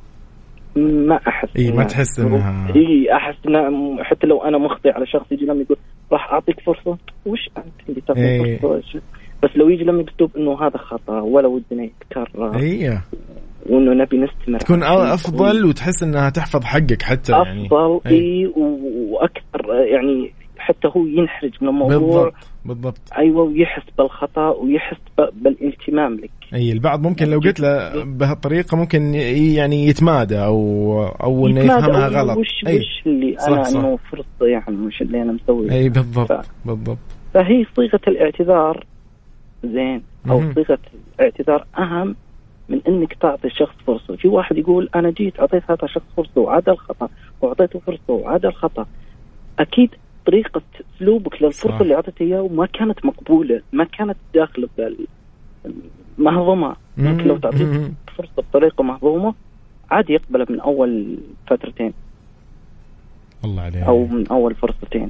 ما أحس. إيه ما تحس إنها. إيه أحس إن حتى لو أنا مخطئ على شخص يجي لما يقول راح أعطيك فرصة، وش أنت اللي تعطي إيه. فرصة؟ بس لو يجي لما يكتب إنه هذا خطأ ولا ودنا يتكرر. إيه. وإنه نبي نستمر تكون أفضل وتحس إنها تحفظ حقك حتى يعني أفضل. إيه وأكثر يعني حتى هو ينحرج من الموضوع. بالضبط بالضبط. أيوة، ويحس بالخطأ ويحس بالالتمام لك. أي البعض ممكن لو قلت له بهالطريقة ممكن يعني يتمادى أو أو إنه يفهمها غلط. وش أي. وش اللي صح أنا صح. إنه فرصة يعني وش اللي أنا مسوي. أي بالضبط ف... بالضبط. فهي صيغة الاعتذار زين أو م-م. صيغة الاعتذار أهم من إنك تعطي الشخص فرصة. في واحد يقول أنا جيت أعطيت هذا الشخص فرصة وعاد الخطأ وأعطيته فرصة وعاد الخطأ. أكيد طريقة أسلوبك للفرصة صح. اللي أعطيته إياه ما كانت مقبولة، ما كانت داخل بالمهضمة. لكن لو تعطيه فرصة بطريقة مهضومة عادي يقبل من أول فترتين الله عليك. أو من أول فرصتين.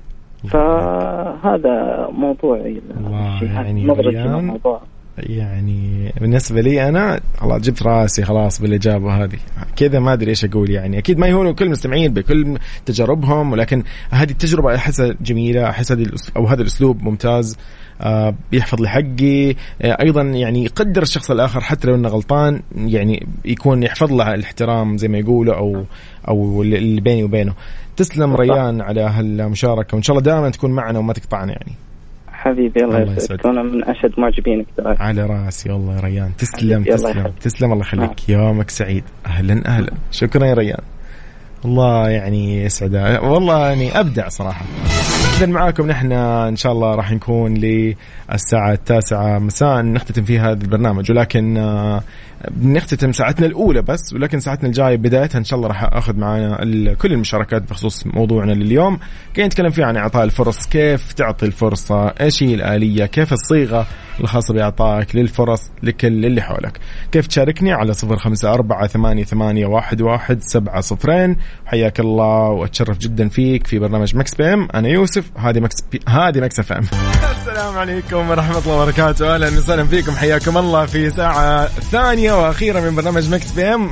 فهذا موضوعي يعني نظرتي للموضوع. يعني بالنسبة لي أنا خلاص جبت راسي خلاص بالإجابة هذه كذا، ما أدري إيش أقول. يعني أكيد ما يهونوا كل مستمعين بكل تجاربهم، ولكن هذه التجربة أحسها جميلة، أحس هذه أو هذا الأسلوب ممتاز. آه بيحفظ لي حقي. آه أيضا يعني يقدر الشخص الآخر حتى لو إنه غلطان، يعني يكون يحفظ له الاحترام زي ما يقولوا أو أو اللي بيني وبينه. تسلم ريان على هالمشاركة، وإن شاء الله دائما تكون معنا وما تقطعنا. يعني حبيبي الله يسعدك، أنا من أشد معجبينك. على راسي والله يا ريان. تسلم تسلم تسلم الله يخليك. يومك سعيد. أهلا أهلا. شكرا يا ريان، الله يعني يسعد والله. يعني أبدع صراحة. إذا معاكم نحن إن شاء الله راح نكون للساعة التاسعة مساء نختتم فيها هذا البرنامج، ولكن بنختتم ساعتنا الأولى بس، ولكن ساعتنا الجاية بدايتها إن شاء الله راح أخذ معنا كل المشاركات بخصوص موضوعنا لليوم. كي نتكلم فيه عن إعطاء الفرص، كيف تعطي الفرصة، إيش هي الآلية، كيف الصيغة الخاصة بإعطائك للفرص لكل اللي حولك. كيف تشاركني على صفر خمسة أربعة ثمانية ثمانية واحد واحد سبعة صفرين. حياك الله وأتشرف جدا فيك في برنامج مكس بي ام. أنا يوسف، هذه مكس بي... هذه مكس اف ام. السلام عليكم ورحمة الله وبركاته، أهلا وسهلا فيكم، حياكم الله في ساعة ثانية وأخيرة من برنامج مكس بي ام.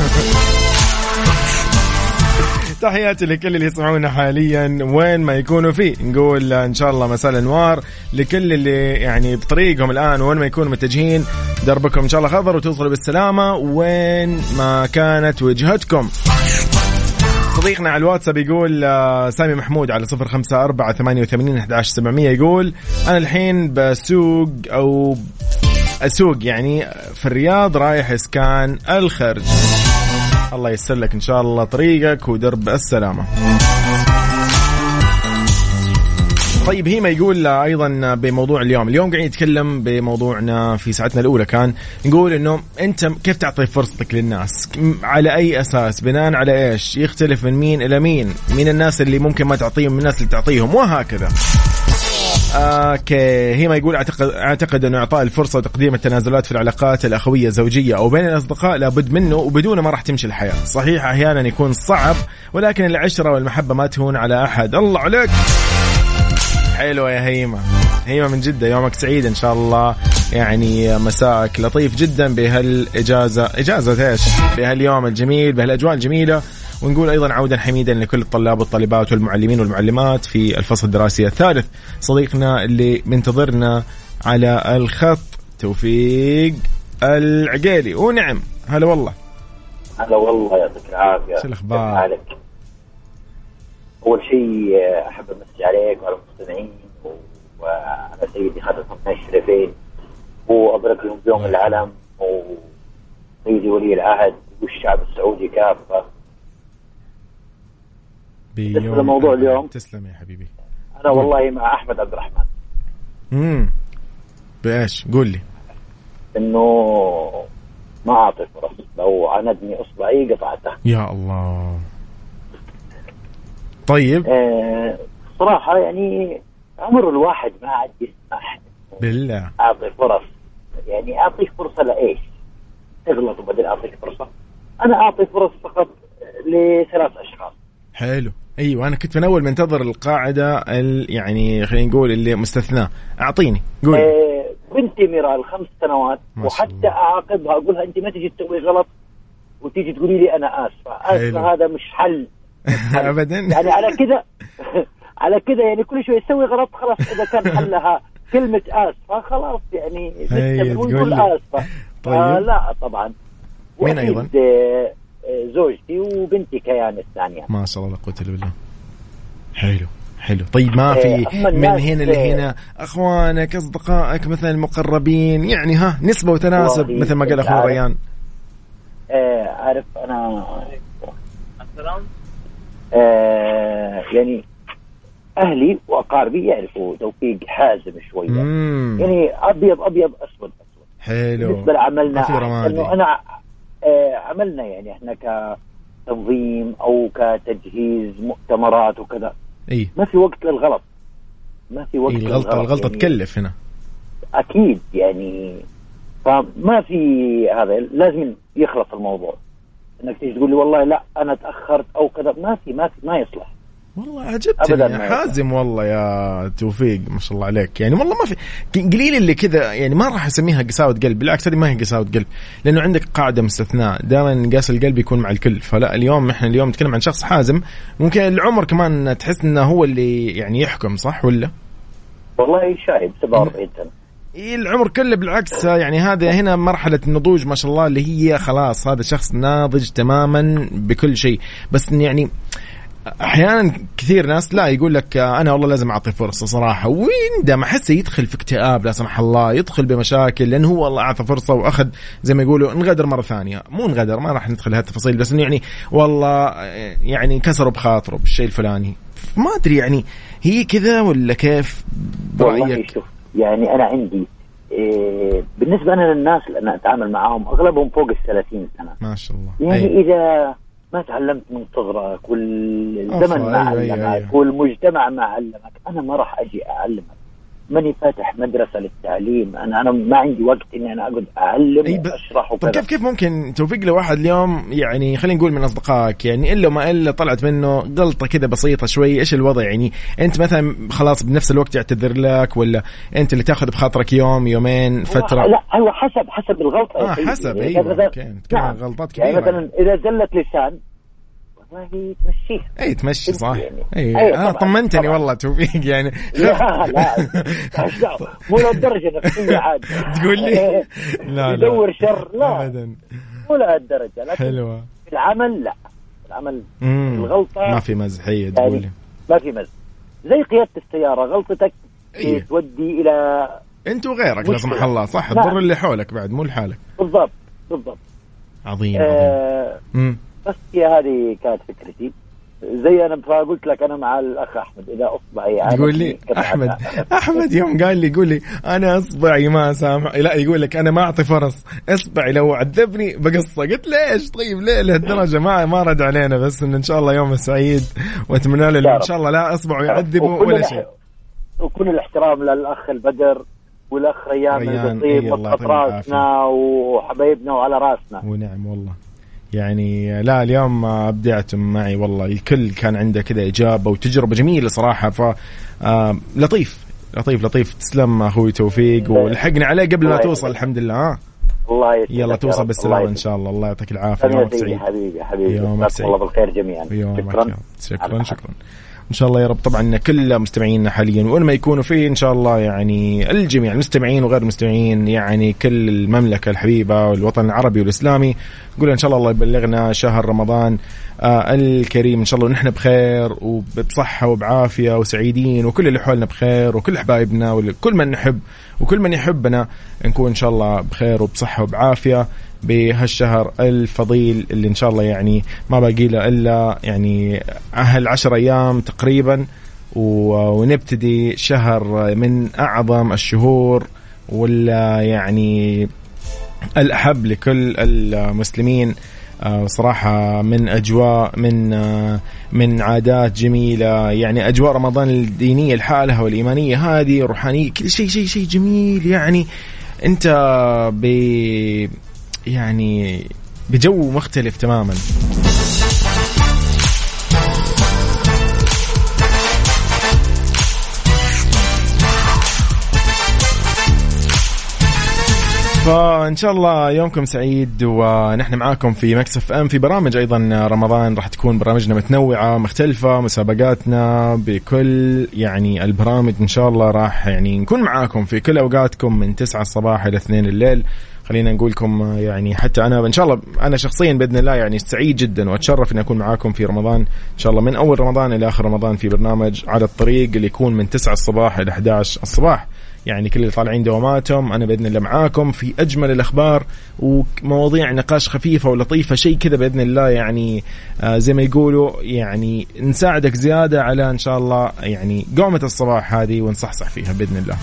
تحياتي لكل اللي يسمعونا حاليا وين ما يكونوا فيه. نقول إن شاء الله مساء الأنوار لكل اللي يعني بطريقهم الآن وين ما يكونوا متجهين، دربكم إن شاء الله خضر وتوصلوا بالسلامة وين ما كانت وجهتكم. صديقنا على الواتساب يقول سامي محمود على صفر خمسة أربعة ثمانية وثمانين أحد عشر سبعمية، يقول أنا الحين بسوق أو أسوق يعني في الرياض رايح إسكان الخرج. الله يسر لك إن شاء الله طريقك ودرب السلامة. طيب هي ما يقول أيضا بموضوع اليوم اليوم قاعد يتكلم بموضوعنا في ساعتنا الأولى، كان نقول إنه أنت كيف تعطي فرصتك للناس، على أي أساس، بناء على إيش، يختلف من مين إلى مين، مين الناس اللي ممكن ما تعطيهم من الناس اللي تعطيهم، وهكذا. اوكي هي ما يقول اعتقد اعتقد انه اعطاء الفرصه وتقديم التنازلات في العلاقات الاخويه الزوجيه او بين الاصدقاء لابد منه، وبدونه ما راح تمشي الحياه. صحيح احيانا يكون صعب، ولكن العشره والمحبه ما تهون على احد. الله عليك، حلوه يا هيمه. هيمه من جده، يومك سعيد ان شاء الله، يعني مساءك لطيف جدا بهالاجازه، اجازه ايش، بهاليوم الجميل، بهالاجواء الجميله. ونقول أيضا عودا حميدا لكل الطلاب والطالبات والمعلمين والمعلمات في الفصل الدراسي الثالث. صديقنا اللي منتظرنا على الخط توفيق العقيلي. ونعم هلا والله. هلا والله، يعطيك العافية. شو الأخبار؟ أول شيء أحب أمسي عليك وعلى المستمعين وعلى سيدي خالد الحسين الشريفين، وأبارك لهم بيوم العلم، وسيدي ولي العهد والشعب السعودي كافة. بالنسبة لموضوع اليوم، تسلم يا حبيبي. أنا والله مع أحمد عبد الرحمن. امم بإيش؟ قول لي. إنه ما أعطي فرص، لو عندني إصبعي قطعته. يا الله. طيب. آه صراحة يعني عمر الواحد ما عاد يسمح بالله أعطي فرص. يعني أعطيك فرصة لإيش؟ تغلط وبعدين أعطيك فرصة. أنا أعطي فرص فقط لثلاث أشخاص. حلو. ايوه انا كنت من اول منتظر القاعده يعني خلينا نقول اللي مستثنى. اعطيني قول. آه بنتي ميرال خمس سنوات، وحتى اعاقبها اقولها انت ما تجي تسوي غلط وتيجي تقولي لي انا اسفه. اسفه هذا مش حل ابدا. يعني على كذا على كذا يعني كل شوي يسوي غلط خلاص. اذا كان حلها كلمه اسفه خلاص يعني نقول اسفه. طيب. آه لا طبعا. مين ايضا؟ آه زوجتي وبنتي كيان الثانية. ما شاء الله لا قوة إلا بالله. حلو حلو. طيب ما في من هنا لهنا أخوانك أصدقائك مثلا المقربين، يعني ها نسبة وتناسب مثل ما قال أخونا ريان. آه عارف أنا آه يعني أهلي وأقاربي يعرفوا توفيق حازم شوية. مم. يعني أبيض أبيض أسود أسود. حلو. بالنسبة لعملنا إنه أنا آه عملنا يعني احنا كتنظيم او كتجهيز مؤتمرات وكذا. اي ما في وقت للغلط، ما في وقت. إيه الغلطة للغلط. الغلطة يعني تكلف هنا اكيد يعني. فما في هذا، لازم يخلص الموضوع. انك تيجي تقول لي والله لا انا تاخرت او كذا، ما في ما في ما يصلح. والله عجبتني يا حازم والله يا توفيق، ما شاء الله عليك. يعني والله ما في قليل اللي كذا، يعني ما راح اسميها قساوة قلب، بالعكس هذه ما هي قساوة قلب، لانه عندك قاعدة مستثناء دائما، قاس القلب يكون مع الكل. فلا اليوم احنا اليوم نتكلم عن شخص حازم، ممكن العمر كمان تحس انه هو اللي يعني يحكم، صح ولا؟ والله شايب سبعة وأربعين سنة. العمر كله بالعكس، يعني هذا هنا مرحلة النضوج ما شاء الله، اللي هي خلاص هذا شخص ناضج تماما بكل شيء. بس يعني احيانا كثير ناس لا يقول لك انا والله لازم اعطي فرصه صراحه، ويندم احسه يدخل في اكتئاب لا سمح الله، يدخل بمشاكل لانه هو والله اعطى فرصه واخذ زي ما يقولوا انغدر مره ثانيه. مو انغدر، ما راح ندخل هالتفاصيل، بس انه يعني والله يعني كسروا بخاطره بالشيء الفلاني. ما ادري يعني هي كذا ولا كيف برايك؟ يعني انا عندي إيه بالنسبه انا للناس اللي انا اتعامل معاهم اغلبهم فوق الثلاثين سنه ما شاء الله. يعني أي. اذا ما تعلمت من صغرك والزمن ما علمك والمجتمع ما علمك، أنا ما راح أجي أعلمك. ماني فاتح مدرسة للتعليم، أنا أنا ما عندي وقت إني أنا أقعد أعلم وأشرح وكذا. طب كيف كيف ممكن توفيق لواحد اليوم يعني خلينا نقول من أصدقائك يعني إلا ما إلا طلعت منه غلطة كده بسيطة شوي، إيش الوضع يعني؟ أنت مثلا خلاص بنفس الوقت يعتذر لك، ولا أنت اللي تاخذ بخاطرك يوم يومين فترة؟ لا هو حسب حسب الغلطة. آه حسب يعني أيوة كانت كمان غلطات كبيرة. يعني مثلا إذا زلت لسان والله تمشيها. اي تمشي صح. يعني. اي أيوة انا طمنتني طبعاً. والله توفيق يعني لا لا مو لهالدرجه نفسيه عاد تقول لي لا يدور شر لا ابدا مو لهالدرجه. لكن حلوه في العمل لا، في العمل مم. الغلطه ما في مزحيه تقول لي يعني ما في مزح. زي قياده السياره غلطتك أيه. تودي الى انت وغيرك لا سمح الله صح تضر اللي حولك بعد مو لحالك. بالضبط بالضبط. عظيم آه عظيم. بس هي هذه كانت فكرتي زي أنا فقلت لك أنا مع الأخ أحمد إذا أصبعي يقول لي أحمد أحمد يوم قال لي يقول لي أنا أصبعي ما سامح، لا يقول لك أنا ما أعطي فرص، إصبعي لو عذبني بقصة. قلت ليش طيب ليه لهالدرجة؟ ما ما رد علينا، بس إن إن شاء الله يوم سعيد وأتمنى له إن شاء الله لا أصبعه يعذبه ولا شيء. وكل الاحترام للأخ البدر والأخ ريان القطيب وقف راسنا وحبايبنا وعلى راسنا. ونعم والله يعني لا اليوم أبدعتم معي والله، الكل كان عنده كذا إجابة وتجربة جميلة صراحة. ف آه لطيف لطيف لطيف. تسلم أخوي توفيق، ولحقنا عليه قبل ما توصل الحمد لله. ها الله يسلمك، يلا توصل بالسلامة إن شاء الله. الله يعطيك العافية. يومك سعيد حبيبي حبيبي، يومك سعيد، الله بالخير جميعا. شكرا شكرا شكرا إن شاء الله يا رب. طبعا كل مستمعينا حاليا وين ما يكونوا فيه إن شاء الله يعني الجميع المستمعين وغير المستمعين يعني كل المملكة الحبيبة والوطن العربي والإسلامي، نقول إن شاء الله الله يبلغنا شهر رمضان آه الكريم إن شاء الله ونحن بخير وبصحة وبعافية وسعيدين، وكل اللي حولنا بخير، وكل أحبائبنا وكل من نحب وكل من يحبنا نكون إن شاء الله بخير وبصحة وبعافية بهالشهر الفضيل اللي إن شاء الله يعني ما باقي له إلا يعني أهل عشر أيام تقريبا، ونبتدي شهر من أعظم الشهور ولا يعني الأحب لكل المسلمين صراحة، من أجواء من من عادات جميلة، يعني أجواء رمضان الدينية الحالة والإيمانية هذه روحانية كل شيء شيء شيء جميل. يعني أنت ب يعني بجو مختلف تماما. فإن شاء الله يومكم سعيد، ونحن معاكم في مكس اف ام في برامج أيضا رمضان. راح تكون برامجنا متنوعة مختلفة، مسابقاتنا بكل يعني البرامج إن شاء الله راح يعني نكون معاكم في كل أوقاتكم من تسعة الصباح إلى اثنين الليل. خلينا نقول لكم يعني حتى أنا إن شاء الله أنا شخصيا بإذن الله يعني سعيد جدا وأتشرف أن أكون معاكم في رمضان إن شاء الله من أول رمضان إلى آخر رمضان في برنامج على الطريق اللي يكون من تسعة الصباح إلى إحدى عشر الصباح. يعني كل اللي طالعين دواماتهم أنا بإذن الله معاكم في أجمل الأخبار ومواضيع نقاش خفيفة ولطيفة، شيء كذا بإذن الله يعني آه زي ما يقولوا يعني نساعدك زيادة على إن شاء الله يعني قومة الصباح هذه ونصحصح فيها بإذن الله.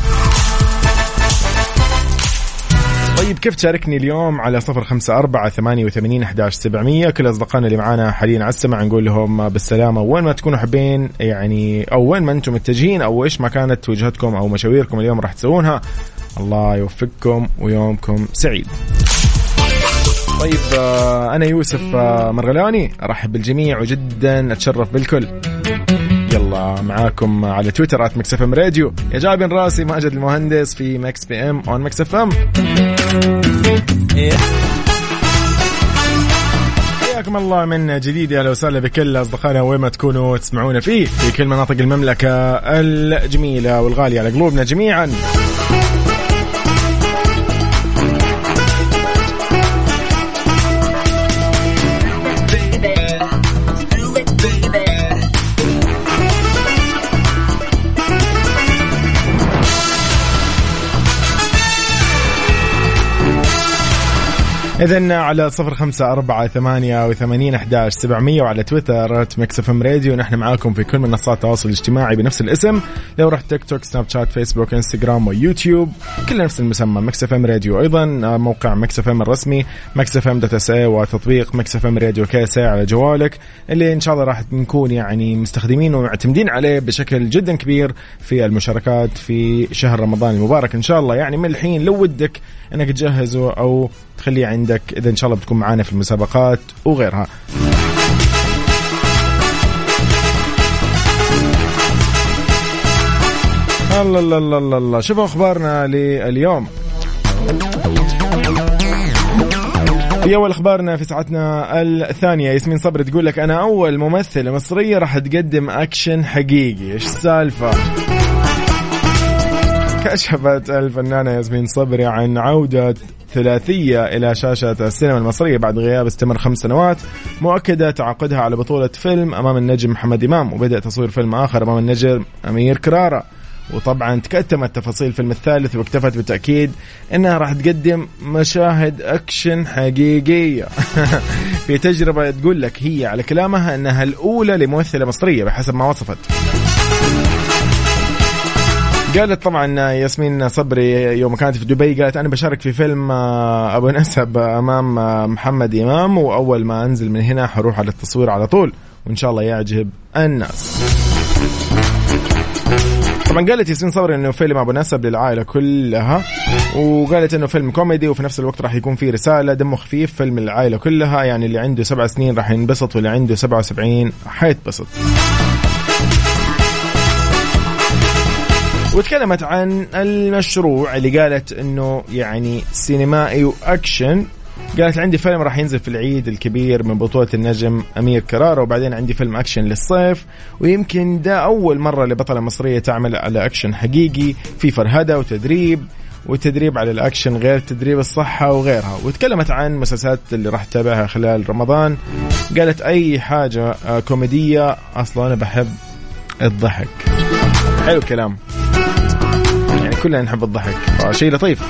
طيب كيف تشاركني اليوم؟ على صفر خمسة أربعة ثمانية وثمانين أحد عشر سبعمية. كل أصدقائنا اللي معانا حاليا على السمع نقول لهم بالسلامة وين ما تكونوا حابين يعني، أو وين ما أنتم متجهين، أو إيش ما كانت وجهتكم أو مشاويركم اليوم راح تسوونها. الله يوفقكم ويومكم سعيد. طيب أنا يوسف مرغلاني أرحب بالجميع وجدا أتشرف بالكل. يلا معاكم على تويتر آت ميكس اف ام راديو. يا جابن راسي ماجد المهندس في ميكس بي ام اون ميكس اف ام. حياكم الله من جديد، يا اهلا وسهلا بكل اصدقائنا وين ما تكونوا تسمعونا فيه في كل مناطق المملكه الجميله والغاليه على قلوبنا جميعا. إذن على صفر خمسة أربعة ثمانية وثمانين أحد عشر سبعمية وعلى تويتر ميكس اف ام راديو. نحن معاكم في كل منصات التواصل الاجتماعي بنفس الاسم، لو رحت تيك توك سناب شات فيسبوك انستغرام ويوتيوب كل نفس المسمى ميكس اف ام راديو. أيضا موقع ميكس اف ام الرسمي ميكس اف ام دوت اس اي، وتطبيق ميكس اف ام راديو كاس على جوالك اللي إن شاء الله راح نكون يعني مستخدمين ومعتمدين عليه بشكل جدا كبير في المشاركات في شهر رمضان المبارك إن شاء الله. يعني من الحين لو ودك أنك تجهزه أو تخليه عندك إذا إن شاء الله بتكون معانا في المسابقات وغيرها. الله الله الله الله الله. شوفوا أخبارنا لليوم. في أول أخبارنا في ساعتنا الثانية ياسمين صبري تقول لك أنا أول ممثلة مصرية راح تقدم أكشن حقيقي. إيش السالفة؟ كشفت الفنانة ياسمين صبري عن عودة ثلاثية إلى شاشة السينما المصرية بعد غياب استمر خمس سنوات، مؤكدة تعاقدها على بطولة فيلم أمام النجم محمد إمام، وبدأ تصوير فيلم آخر أمام النجم أمير كرارة. وطبعا تكتمت تفاصيل الفيلم الثالث واكتفت بالتأكيد أنها راح تقدم مشاهد أكشن حقيقية. في تجربة تقول لك هي على كلامها أنها الأولى لممثلة مصرية بحسب ما وصفت. قالت طبعا ياسمين صبري يوم كانت في دبي، قالت أنا بشارك في فيلم أبو نسب أمام محمد إمام، وأول ما أنزل من هنا حروح على التصوير على طول وإن شاء الله يعجب الناس. طبعا قالت ياسمين صبري انه فيلم ابو نسب للعائله كلها، وقالت انه فيلم كوميدي وفي نفس الوقت راح يكون فيه رساله دمه خفيف، فيلم العائله كلها، يعني اللي عنده سبع سنين راح ينبسط واللي عنده سبعة وسبعين حيتبسط. وتكلمت عن المشروع اللي قالت انه يعني سينمائي واكشن. قالت عندي فيلم راح ينزل في العيد الكبير من بطولة النجم أمير كرارة، وبعدين عندي فيلم أكشن للصيف، ويمكن ده أول مرة لبطلة مصرية تعمل على أكشن حقيقي في فرهدة وتدريب وتدريب على الأكشن غير تدريب الصحة وغيرها. وتكلمت عن مسلسلات اللي راح تتابعها خلال رمضان. قالت أي حاجة كوميدية، أصلا أنا بحب الضحك. حلو الكلام، يعني كلنا نحب الضحك، شيء لطيف.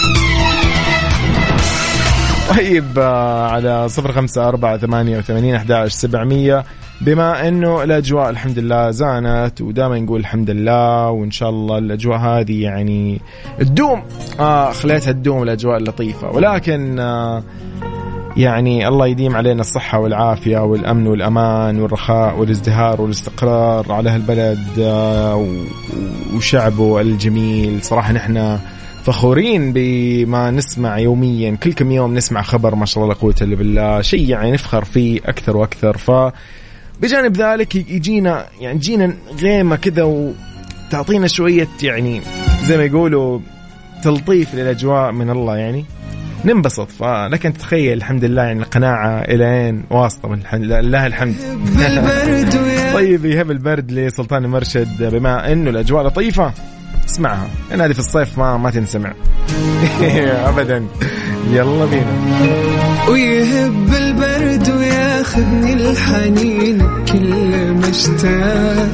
طيب على صفر خمسة أربعة ثمانية وثمانين أحد عشر سبعمية، بما أنه الأجواء الحمد لله زانت، ودائما نقول الحمد لله وإن شاء الله الأجواء هذه يعني الدوم، آه خليتها الدوم الأجواء اللطيفة، ولكن آه يعني الله يديم علينا الصحة والعافية والأمن والأمان والرخاء والازدهار والاستقرار على هالبلد آه وشعبه الجميل. صراحة نحن فخورين بما نسمع يوميا، كل كم يوم نسمع خبر ما شاء الله لا قوة إلا بالله، شيء يعني نفخر فيه أكثر وأكثر. فبجانب ذلك يجينا يعني جينا غيمة كذا وتعطينا شوية يعني زي ما يقولوا تلطيف للأجواء من الله، يعني ننبسط. فلكن تتخيل الحمد لله يعني القناعة إلين واسطة من الله الحمد. طيب يهب البرد لسلطان المرشد، بما أنه الأجواء لطيفة اسمعها، أنا هذه في الصيف ما ما تنسمع أبدا. يلا بينا. ويهب البرد وياخذني الحنين كل مشتاق.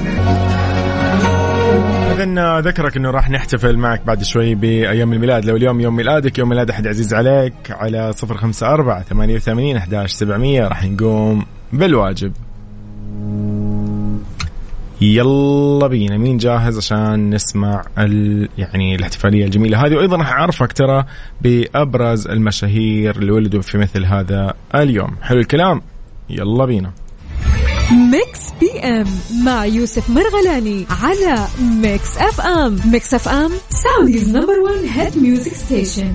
إذن ذكرك إنه راح نحتفل معك بعد شوي بأيام الميلاد. لو اليوم يوم ميلادك، يوم ميلاد أحد عزيز عليك، على صفر خمسة أربعة ثمانية وثمانين أحد عشر سبعمية راح نقوم بالواجب. يلا بينا، مين جاهز عشان نسمع ال... يعني الاحتفالية الجميلة هذه؟ وأيضا راح أعرفك ترى بأبرز المشاهير اللي ولدوا في مثل هذا اليوم. حلو الكلام، يلا بينا. ميكس بي ام مع يوسف مرغلاني على ميكس اف ام. ميكس اف ام سعوديز نمبر ون هيد ميوزك ستيشن.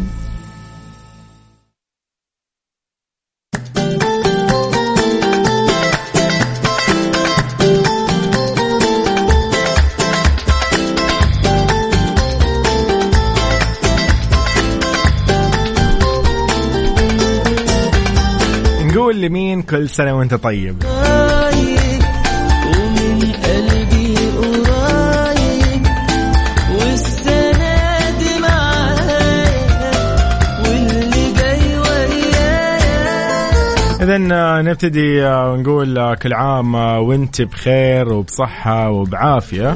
نقول لمين كل سنة وانت طيب؟ ومن قلبي قريب والسنة دي معايا واللي جاي ويايا. إذن نبتدي ونقول كل عام وانت بخير وبصحة وبعافية.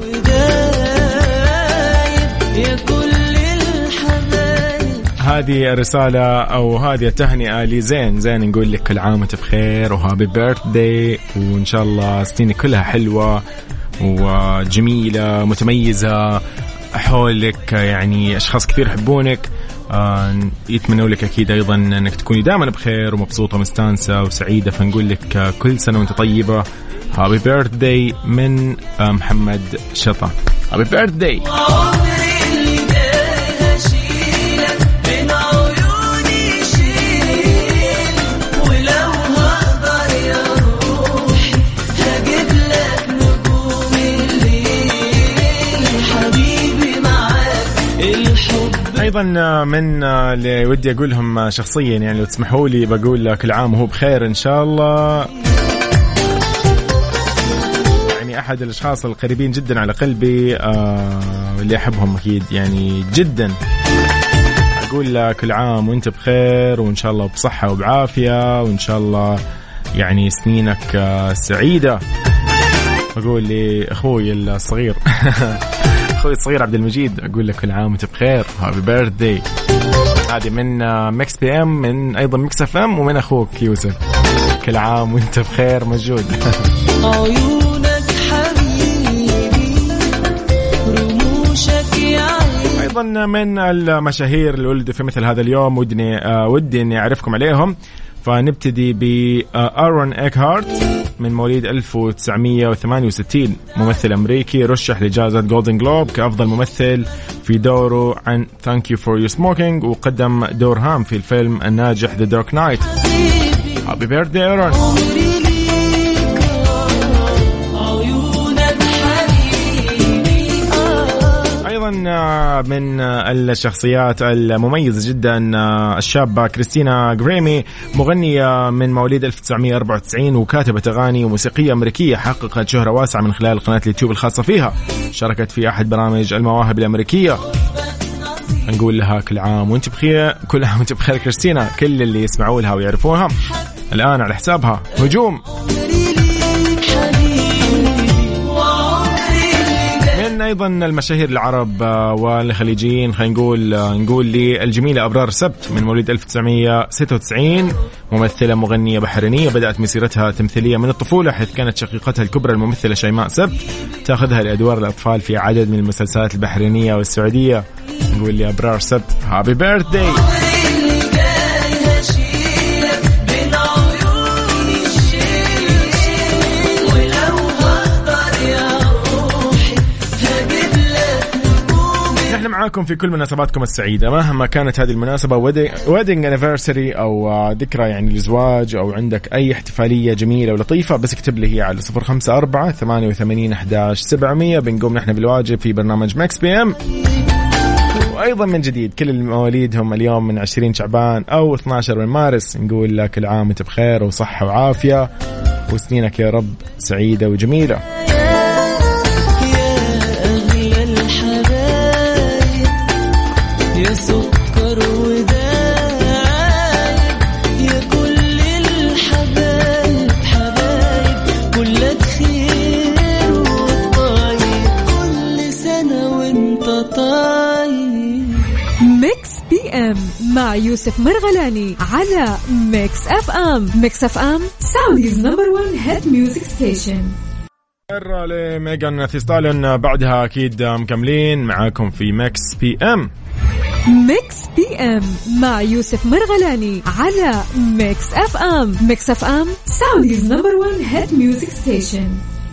هذه الرسالة أو هذه التهنئة لزين. زين نقول لك كل عام وانت بخير وهابي بيرثداي، وإن شاء الله سنينك كلها حلوة وجميلة متميزة، حولك يعني أشخاص كثير يحبونك، آه يتمنوا لك أكيد أيضا أنك تكوني دائما بخير ومبسوطة ومستانسة وسعيدة. فنقول لك كل سنة وانت طيبة، هابي بيرثداي من آه محمد شطة. هابي بيرثداي. أيضا من اللي ودي أقولهم شخصيا، يعني لو تسمحوا لي بقول كل عام وهو بخير إن شاء الله. يعني أحد الأشخاص القريبين جدا على قلبي آه اللي أحبهم أكيد يعني جدا، أقول كل عام وأنت بخير وإن شاء الله بصحة وبعافية، وإن شاء الله يعني سنينك آه سعيدة. أقول لأخوي الصغير أخوي الصغير عبد المجيد أقول لك كل عام وأنت بخير، هابي بيرثداي. هذه من ميكس بي ام، من أيضا ميكس اف ام، ومن أخوك يوسف، كل عام وأنت بخير موجود. عيونك حبيبي رموشك يا عيني. أيضا من المشاهير اللي ولدوا في مثل هذا اليوم ودي ودي إني أعرفكم عليهم. فنبتدي بآرون إيكهارت من مواليد ألف وتسعمية وثمانية وستين، ممثل أمريكي رشح لجائزة جولدن جلوب كأفضل ممثل في دوره عن Thank You For Your Smoking، وقدم دور هام في الفيلم الناجح The Dark Knight. Happy birthday آرون. من الشخصيات المميزة جدا الشابة كريستينا غريمي، مغنية من مواليد ألف وتسعمية وأربعة وتسعين وكاتبة أغاني وموسيقية أمريكية، حققت شهرة واسعة من خلال قناة اليوتيوب الخاصة فيها، شاركت في أحد برامج المواهب الأمريكية. نقول لها كل عام وانت بخير، كل عام وانت بخير كريستينا. كل اللي يسمعوا لها ويعرفوها الآن على حسابها هجوم. من أيضا المشاهير العرب والخليجيين، خلينا نقول نقول لي الجميلة أبرار سبت من مواليد ألف وتسعمية وستة وتسعين، ممثلة مغنية بحرينية، بدأت مسيرتها التمثيلية من الطفولة، حيث كانت شقيقتها الكبرى الممثلة شيماء سبت تأخذها لأدوار الأطفال في عدد من المسلسلات البحرينية والسعودية. نقول لي أبرار سبت هابي بيرثداي. معاكم في كل مناسباتكم السعيدة مهما كانت هذه المناسبة، ويدنج انيفرساري أو ذكرى يعني الزواج، أو عندك أي احتفالية جميلة ولطيفة، بس اكتب لي هي على صفر خمسة أربعة ثمانية وثمانين أحداش سبعمية. بنقوم نحن بالواجب في برنامج ميكس بي ام. وأيضا من جديد كل المواليد هم اليوم من عشرين شعبان أو اثنا عشر من مارس، نقول لك كل عام وانت بخير وصحة وعافية، وسنينك يا رب سعيدة وجميلة. يا سكر ودايب يا كل الحبايب حبايب، كلك خير وطايب، كل سنة وانت طايب. ميكس بي ام مع يوسف مرغلاني على ميكس اف ام. ميكس اف ام سعوديز نمبر ون هيت ميوزك ستيشن. لميغان ثي ستالين بعدها أكيد مكملين معاكم في ميكس بي ام. ميكس بي ام مع يوسف مرغلاني على ميكس اف ام. ميكس اف ام سعوديز نمبر ون هيت ميوزك ستيشن.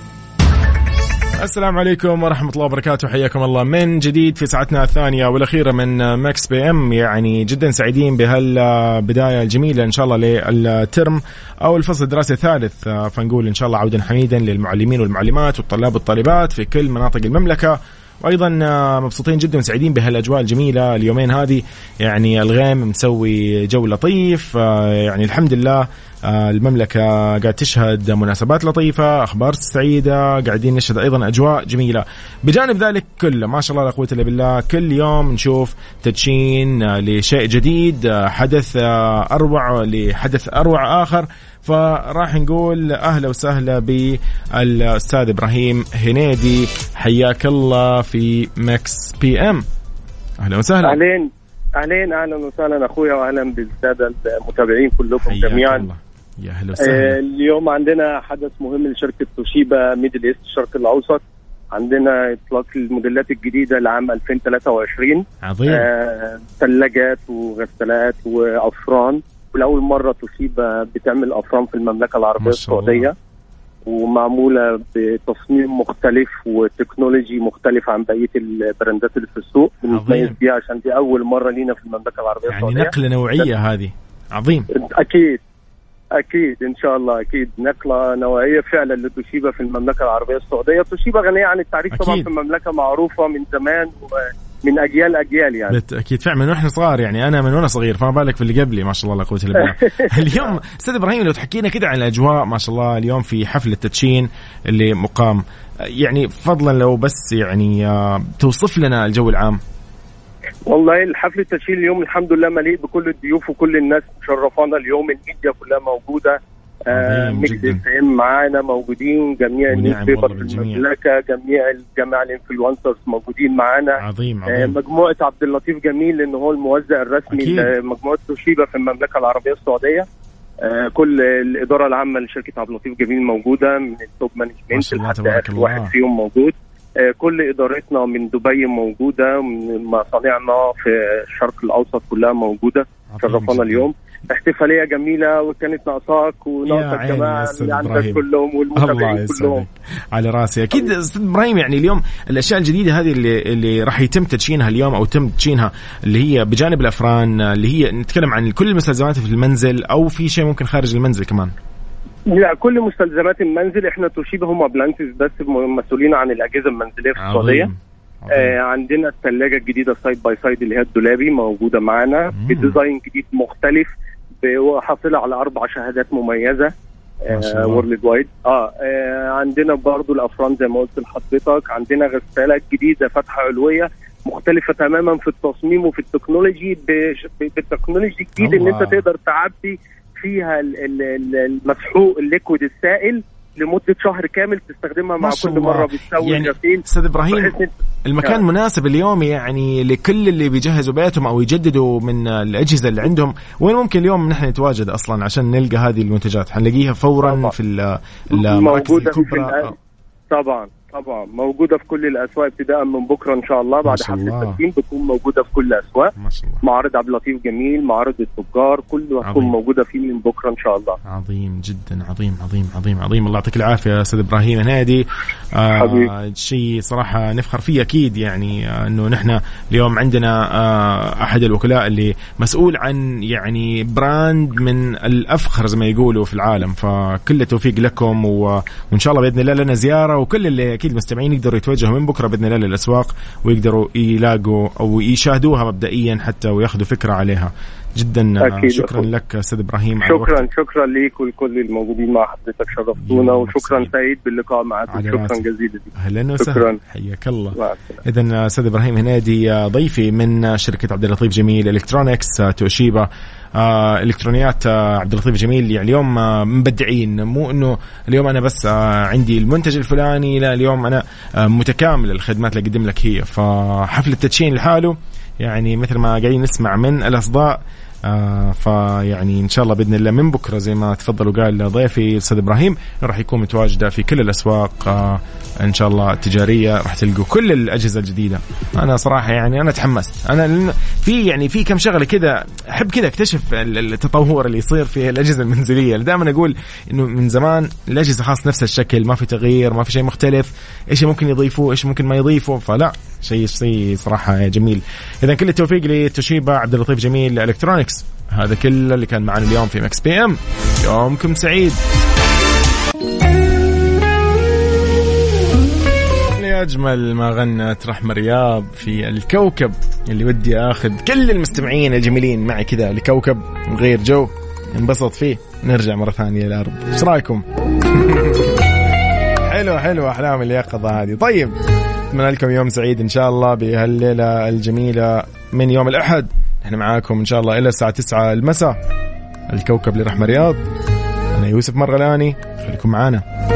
السلام عليكم ورحمة الله وبركاته، حياكم الله من جديد في ساعتنا الثانية والأخيرة من ميكس بي ام. يعني جدا سعيدين بهالبداية الجميلة إن شاء الله للترم أو الفصل الدراسي الثالث، فنقول إن شاء الله عودا حميدا للمعلمين والمعلمات والطلاب والطالبات في كل مناطق المملكة. وأيضا مبسوطين جدا وسعيدين بهالأجواء الجميلة اليومين هذه. يعني الغيم مسوي جو لطيف، يعني الحمد لله المملكة قاعد تشهد مناسبات لطيفة، أخبار سعيدة، قاعدين نشهد أيضا أجواء جميلة. بجانب ذلك كله ما شاء الله لا قوة إلا بالله، كل يوم نشوف تدشين لشيء جديد، حدث أروع لحدث أروع آخر. فراح نقول أهلا وسهلا بالأستاذ إبراهيم هنيدي، حياك الله في ميكس بي ام. أهلا وسهلا. أهلين أهلين أهلا وسهلا أخويا، وأهلا بالسادة المتابعين كلكم جميعا. الله. يا أهلا وسهلا. آه اليوم عندنا حدث مهم لشركة توشيبا ميدل إيست الشرق الأوسط. عندنا إطلاق الموديلات الجديدة لعام ألفين وثلاثة وعشرين. عظيم. آه ثلاجات وغسالات وأفران، ولأول مرة توشيبا بتعمل أفران في المملكة العربية السعودية، ومعمولة بتصميم مختلف وتكنولوجي مختلف عن بقية البراندات اللي في السوق. بنتميز بيها عشان دي أول مرة لينا في المملكة العربية يعني السعودية. يعني نقلة نوعية هذه. عظيم. أكيد أكيد إن شاء الله، أكيد نقلة نوعية فعلا لتوشيبا في المملكة العربية السعودية. توشيبا غنية عن التعريف طبعا في المملكة، معروفة من زمان من أجيال أجيال يعني. بالتأكيد فعلا من وإحنا صغار، يعني أنا من وأنا صغير، فما بالك في اللي قبلي ما شاء الله لا قوة إلا بالله. اليوم أستاذ إبراهيم لو تحكينا كده عن الأجواء ما شاء الله اليوم في حفل التدشين اللي مقام، يعني فضلا لو بس يعني توصف لنا الجو العام. والله الحفل التدشين اليوم الحمد لله مليء بكل الضيوف وكل الناس مشرفانا اليوم، الميديا كلها موجودة، آه ميكس اف ام معانا موجودين، جميع النيوز بيبر في المملكه، جميع الجماعه الانفلونسرز موجودين معانا. عظيم عظيم. آه مجموعه عبد اللطيف جميل لان هو الموزع الرسمي لمجموعه توشيبا في المملكه العربيه السعوديه. آه كل الاداره العامه لشركه عبد اللطيف جميل موجوده، من التوب مانجمنت لحد اخر واحد فيهم موجود. آه كل ادارتنا من دبي موجوده، من مصانعنا في الشرق الاوسط كلها موجوده. شرفنا اليوم احتفاليه جميله وكانت ناقصاك وناقص الجماعه اللي عندك كلهم والمتابعين كلهم. على راسي اكيد استاذ ابراهيم. يعني اليوم الاشياء الجديده هذه اللي اللي راح يتم تدشينها اليوم او تم تدشينها اللي هي بجانب الافران، اللي هي نتكلم عن كل المستلزمات في المنزل او في شيء ممكن خارج المنزل كمان؟ لا، كل مستلزمات المنزل. احنا توشيبا هم ابلانسز بس مسؤولين عن الاجهزه المنزليه في السعوديه. آه عندنا الثلاجه الجديده سايد باي سايد اللي هي الدولابي موجوده معانا بديزاين جديد مختلف، وحاصله على اربع شهادات مميزه آه وورلد وايد. آه, اه عندنا برضو الافران زي ما قلت لحضرتك. عندنا غسالات جديده فتحه علويه مختلفه تماما في التصميم وفي التكنولوجي، بالتكنولوجي الجديد ان انت تقدر تعبي فيها المسحوق الليكويد السائل لمده شهر كامل تستخدمها مع كل مره بتسوي يعني غسيل. استاذ ابراهيم المكان يعني مناسب اليوم يعني لكل اللي بيجهزوا بيتهم او يجددوا من الاجهزه اللي عندهم. وين ممكن اليوم نحن نتواجد اصلا عشان نلقى هذه المنتجات؟ حنلاقيها فورا طبعا في المراكز الكبرى. طبعا طبعا موجوده في كل الاسواق ابتداء من بكره ان شاء الله. بعد حفل التسليم بتكون موجوده في كل الاسواق. معارض عبد اللطيف جميل، معارض التجار، كله هتكون موجوده فيه من بكره ان شاء الله. عظيم جدا، عظيم عظيم عظيم عظيم. الله يعطيك العافيه يا استاذ ابراهيم هنادي. آه شيء صراحه نفخر فيه اكيد. يعني آه انه نحن اليوم عندنا آه احد الوكلاء اللي مسؤول عن يعني براند من الافخر زي ما يقولوا في العالم. فكل التوفيق لكم، وان شاء الله باذن الله لنا زياره، وكل اللي اكيد مستمعين يقدروا يتوجهوا من بكره باذن الله للاسواق ويقدروا يلاقوا او يشاهدوها مبدئيا حتى وياخذوا فكره عليها. جدا أكيد. شكرا لك استاذ ابراهيم. شكرا شكرا ليك ولكل الموجودين مع حضرتك، شرفتونا، وشكرا سعيد باللقاء معكم. شكرا جزيلا. اهلا وسهلا، حياك الله. اذا استاذ ابراهيم هنادي ضيفي من شركه عبد اللطيف جميل الكترونكس توشيبا. آه الكترونيات آه عبد اللطيف جميل. يعني اليوم آه مبدعين، مو انه اليوم انا بس آه عندي المنتج الفلاني، لا اليوم انا آه متكامل الخدمات اللي اقدم لك هي. فحفل التدشين لحاله يعني مثل ما قاعدين نسمع من الاصداء. آه فيعني ان شاء الله باذن الله من بكره زي ما تفضل وقال ضيفي الاستاذ ابراهيم راح يكون متواجده في كل الاسواق آه ان شاء الله التجاريه. راح تلقوا كل الاجهزه الجديده. انا صراحه يعني انا تحمست. انا في يعني في كم شغله كذا احب كذا اكتشف التطور اللي يصير في الاجهزه المنزليه. دائما اقول انه من زمان الاجهزه خاص نفس الشكل، ما في تغيير، ما في شيء مختلف. ايش ممكن يضيفوه ايش ممكن ما يضيفوه، فلا شيء شيء صراحه جميل. اذا كل التوفيق لتوشيبا عبد اللطيف جميل الكترونكس. هذا كل اللي كان معنا اليوم في مكس بي ام. يومكم سعيد. أجمل ما غنت رحمة رياض في الكوكب اللي ودي أخذ كل المستمعين الجميلين معي كذا لكوكب نغير جو ننبسط فيه نرجع مرة ثانية للأرض. إيش رأيكم؟ حلو حلو أحلام اليقظة هذه. طيب أتمنى لكم يوم سعيد إن شاء الله بهالليلة الجميلة من يوم الأحد. إحنا معاكم إن شاء الله إلى الساعة تسعة المساء. الكوكب لرحمة رياض. أنا يوسف مرغلاني، خليكم معانا.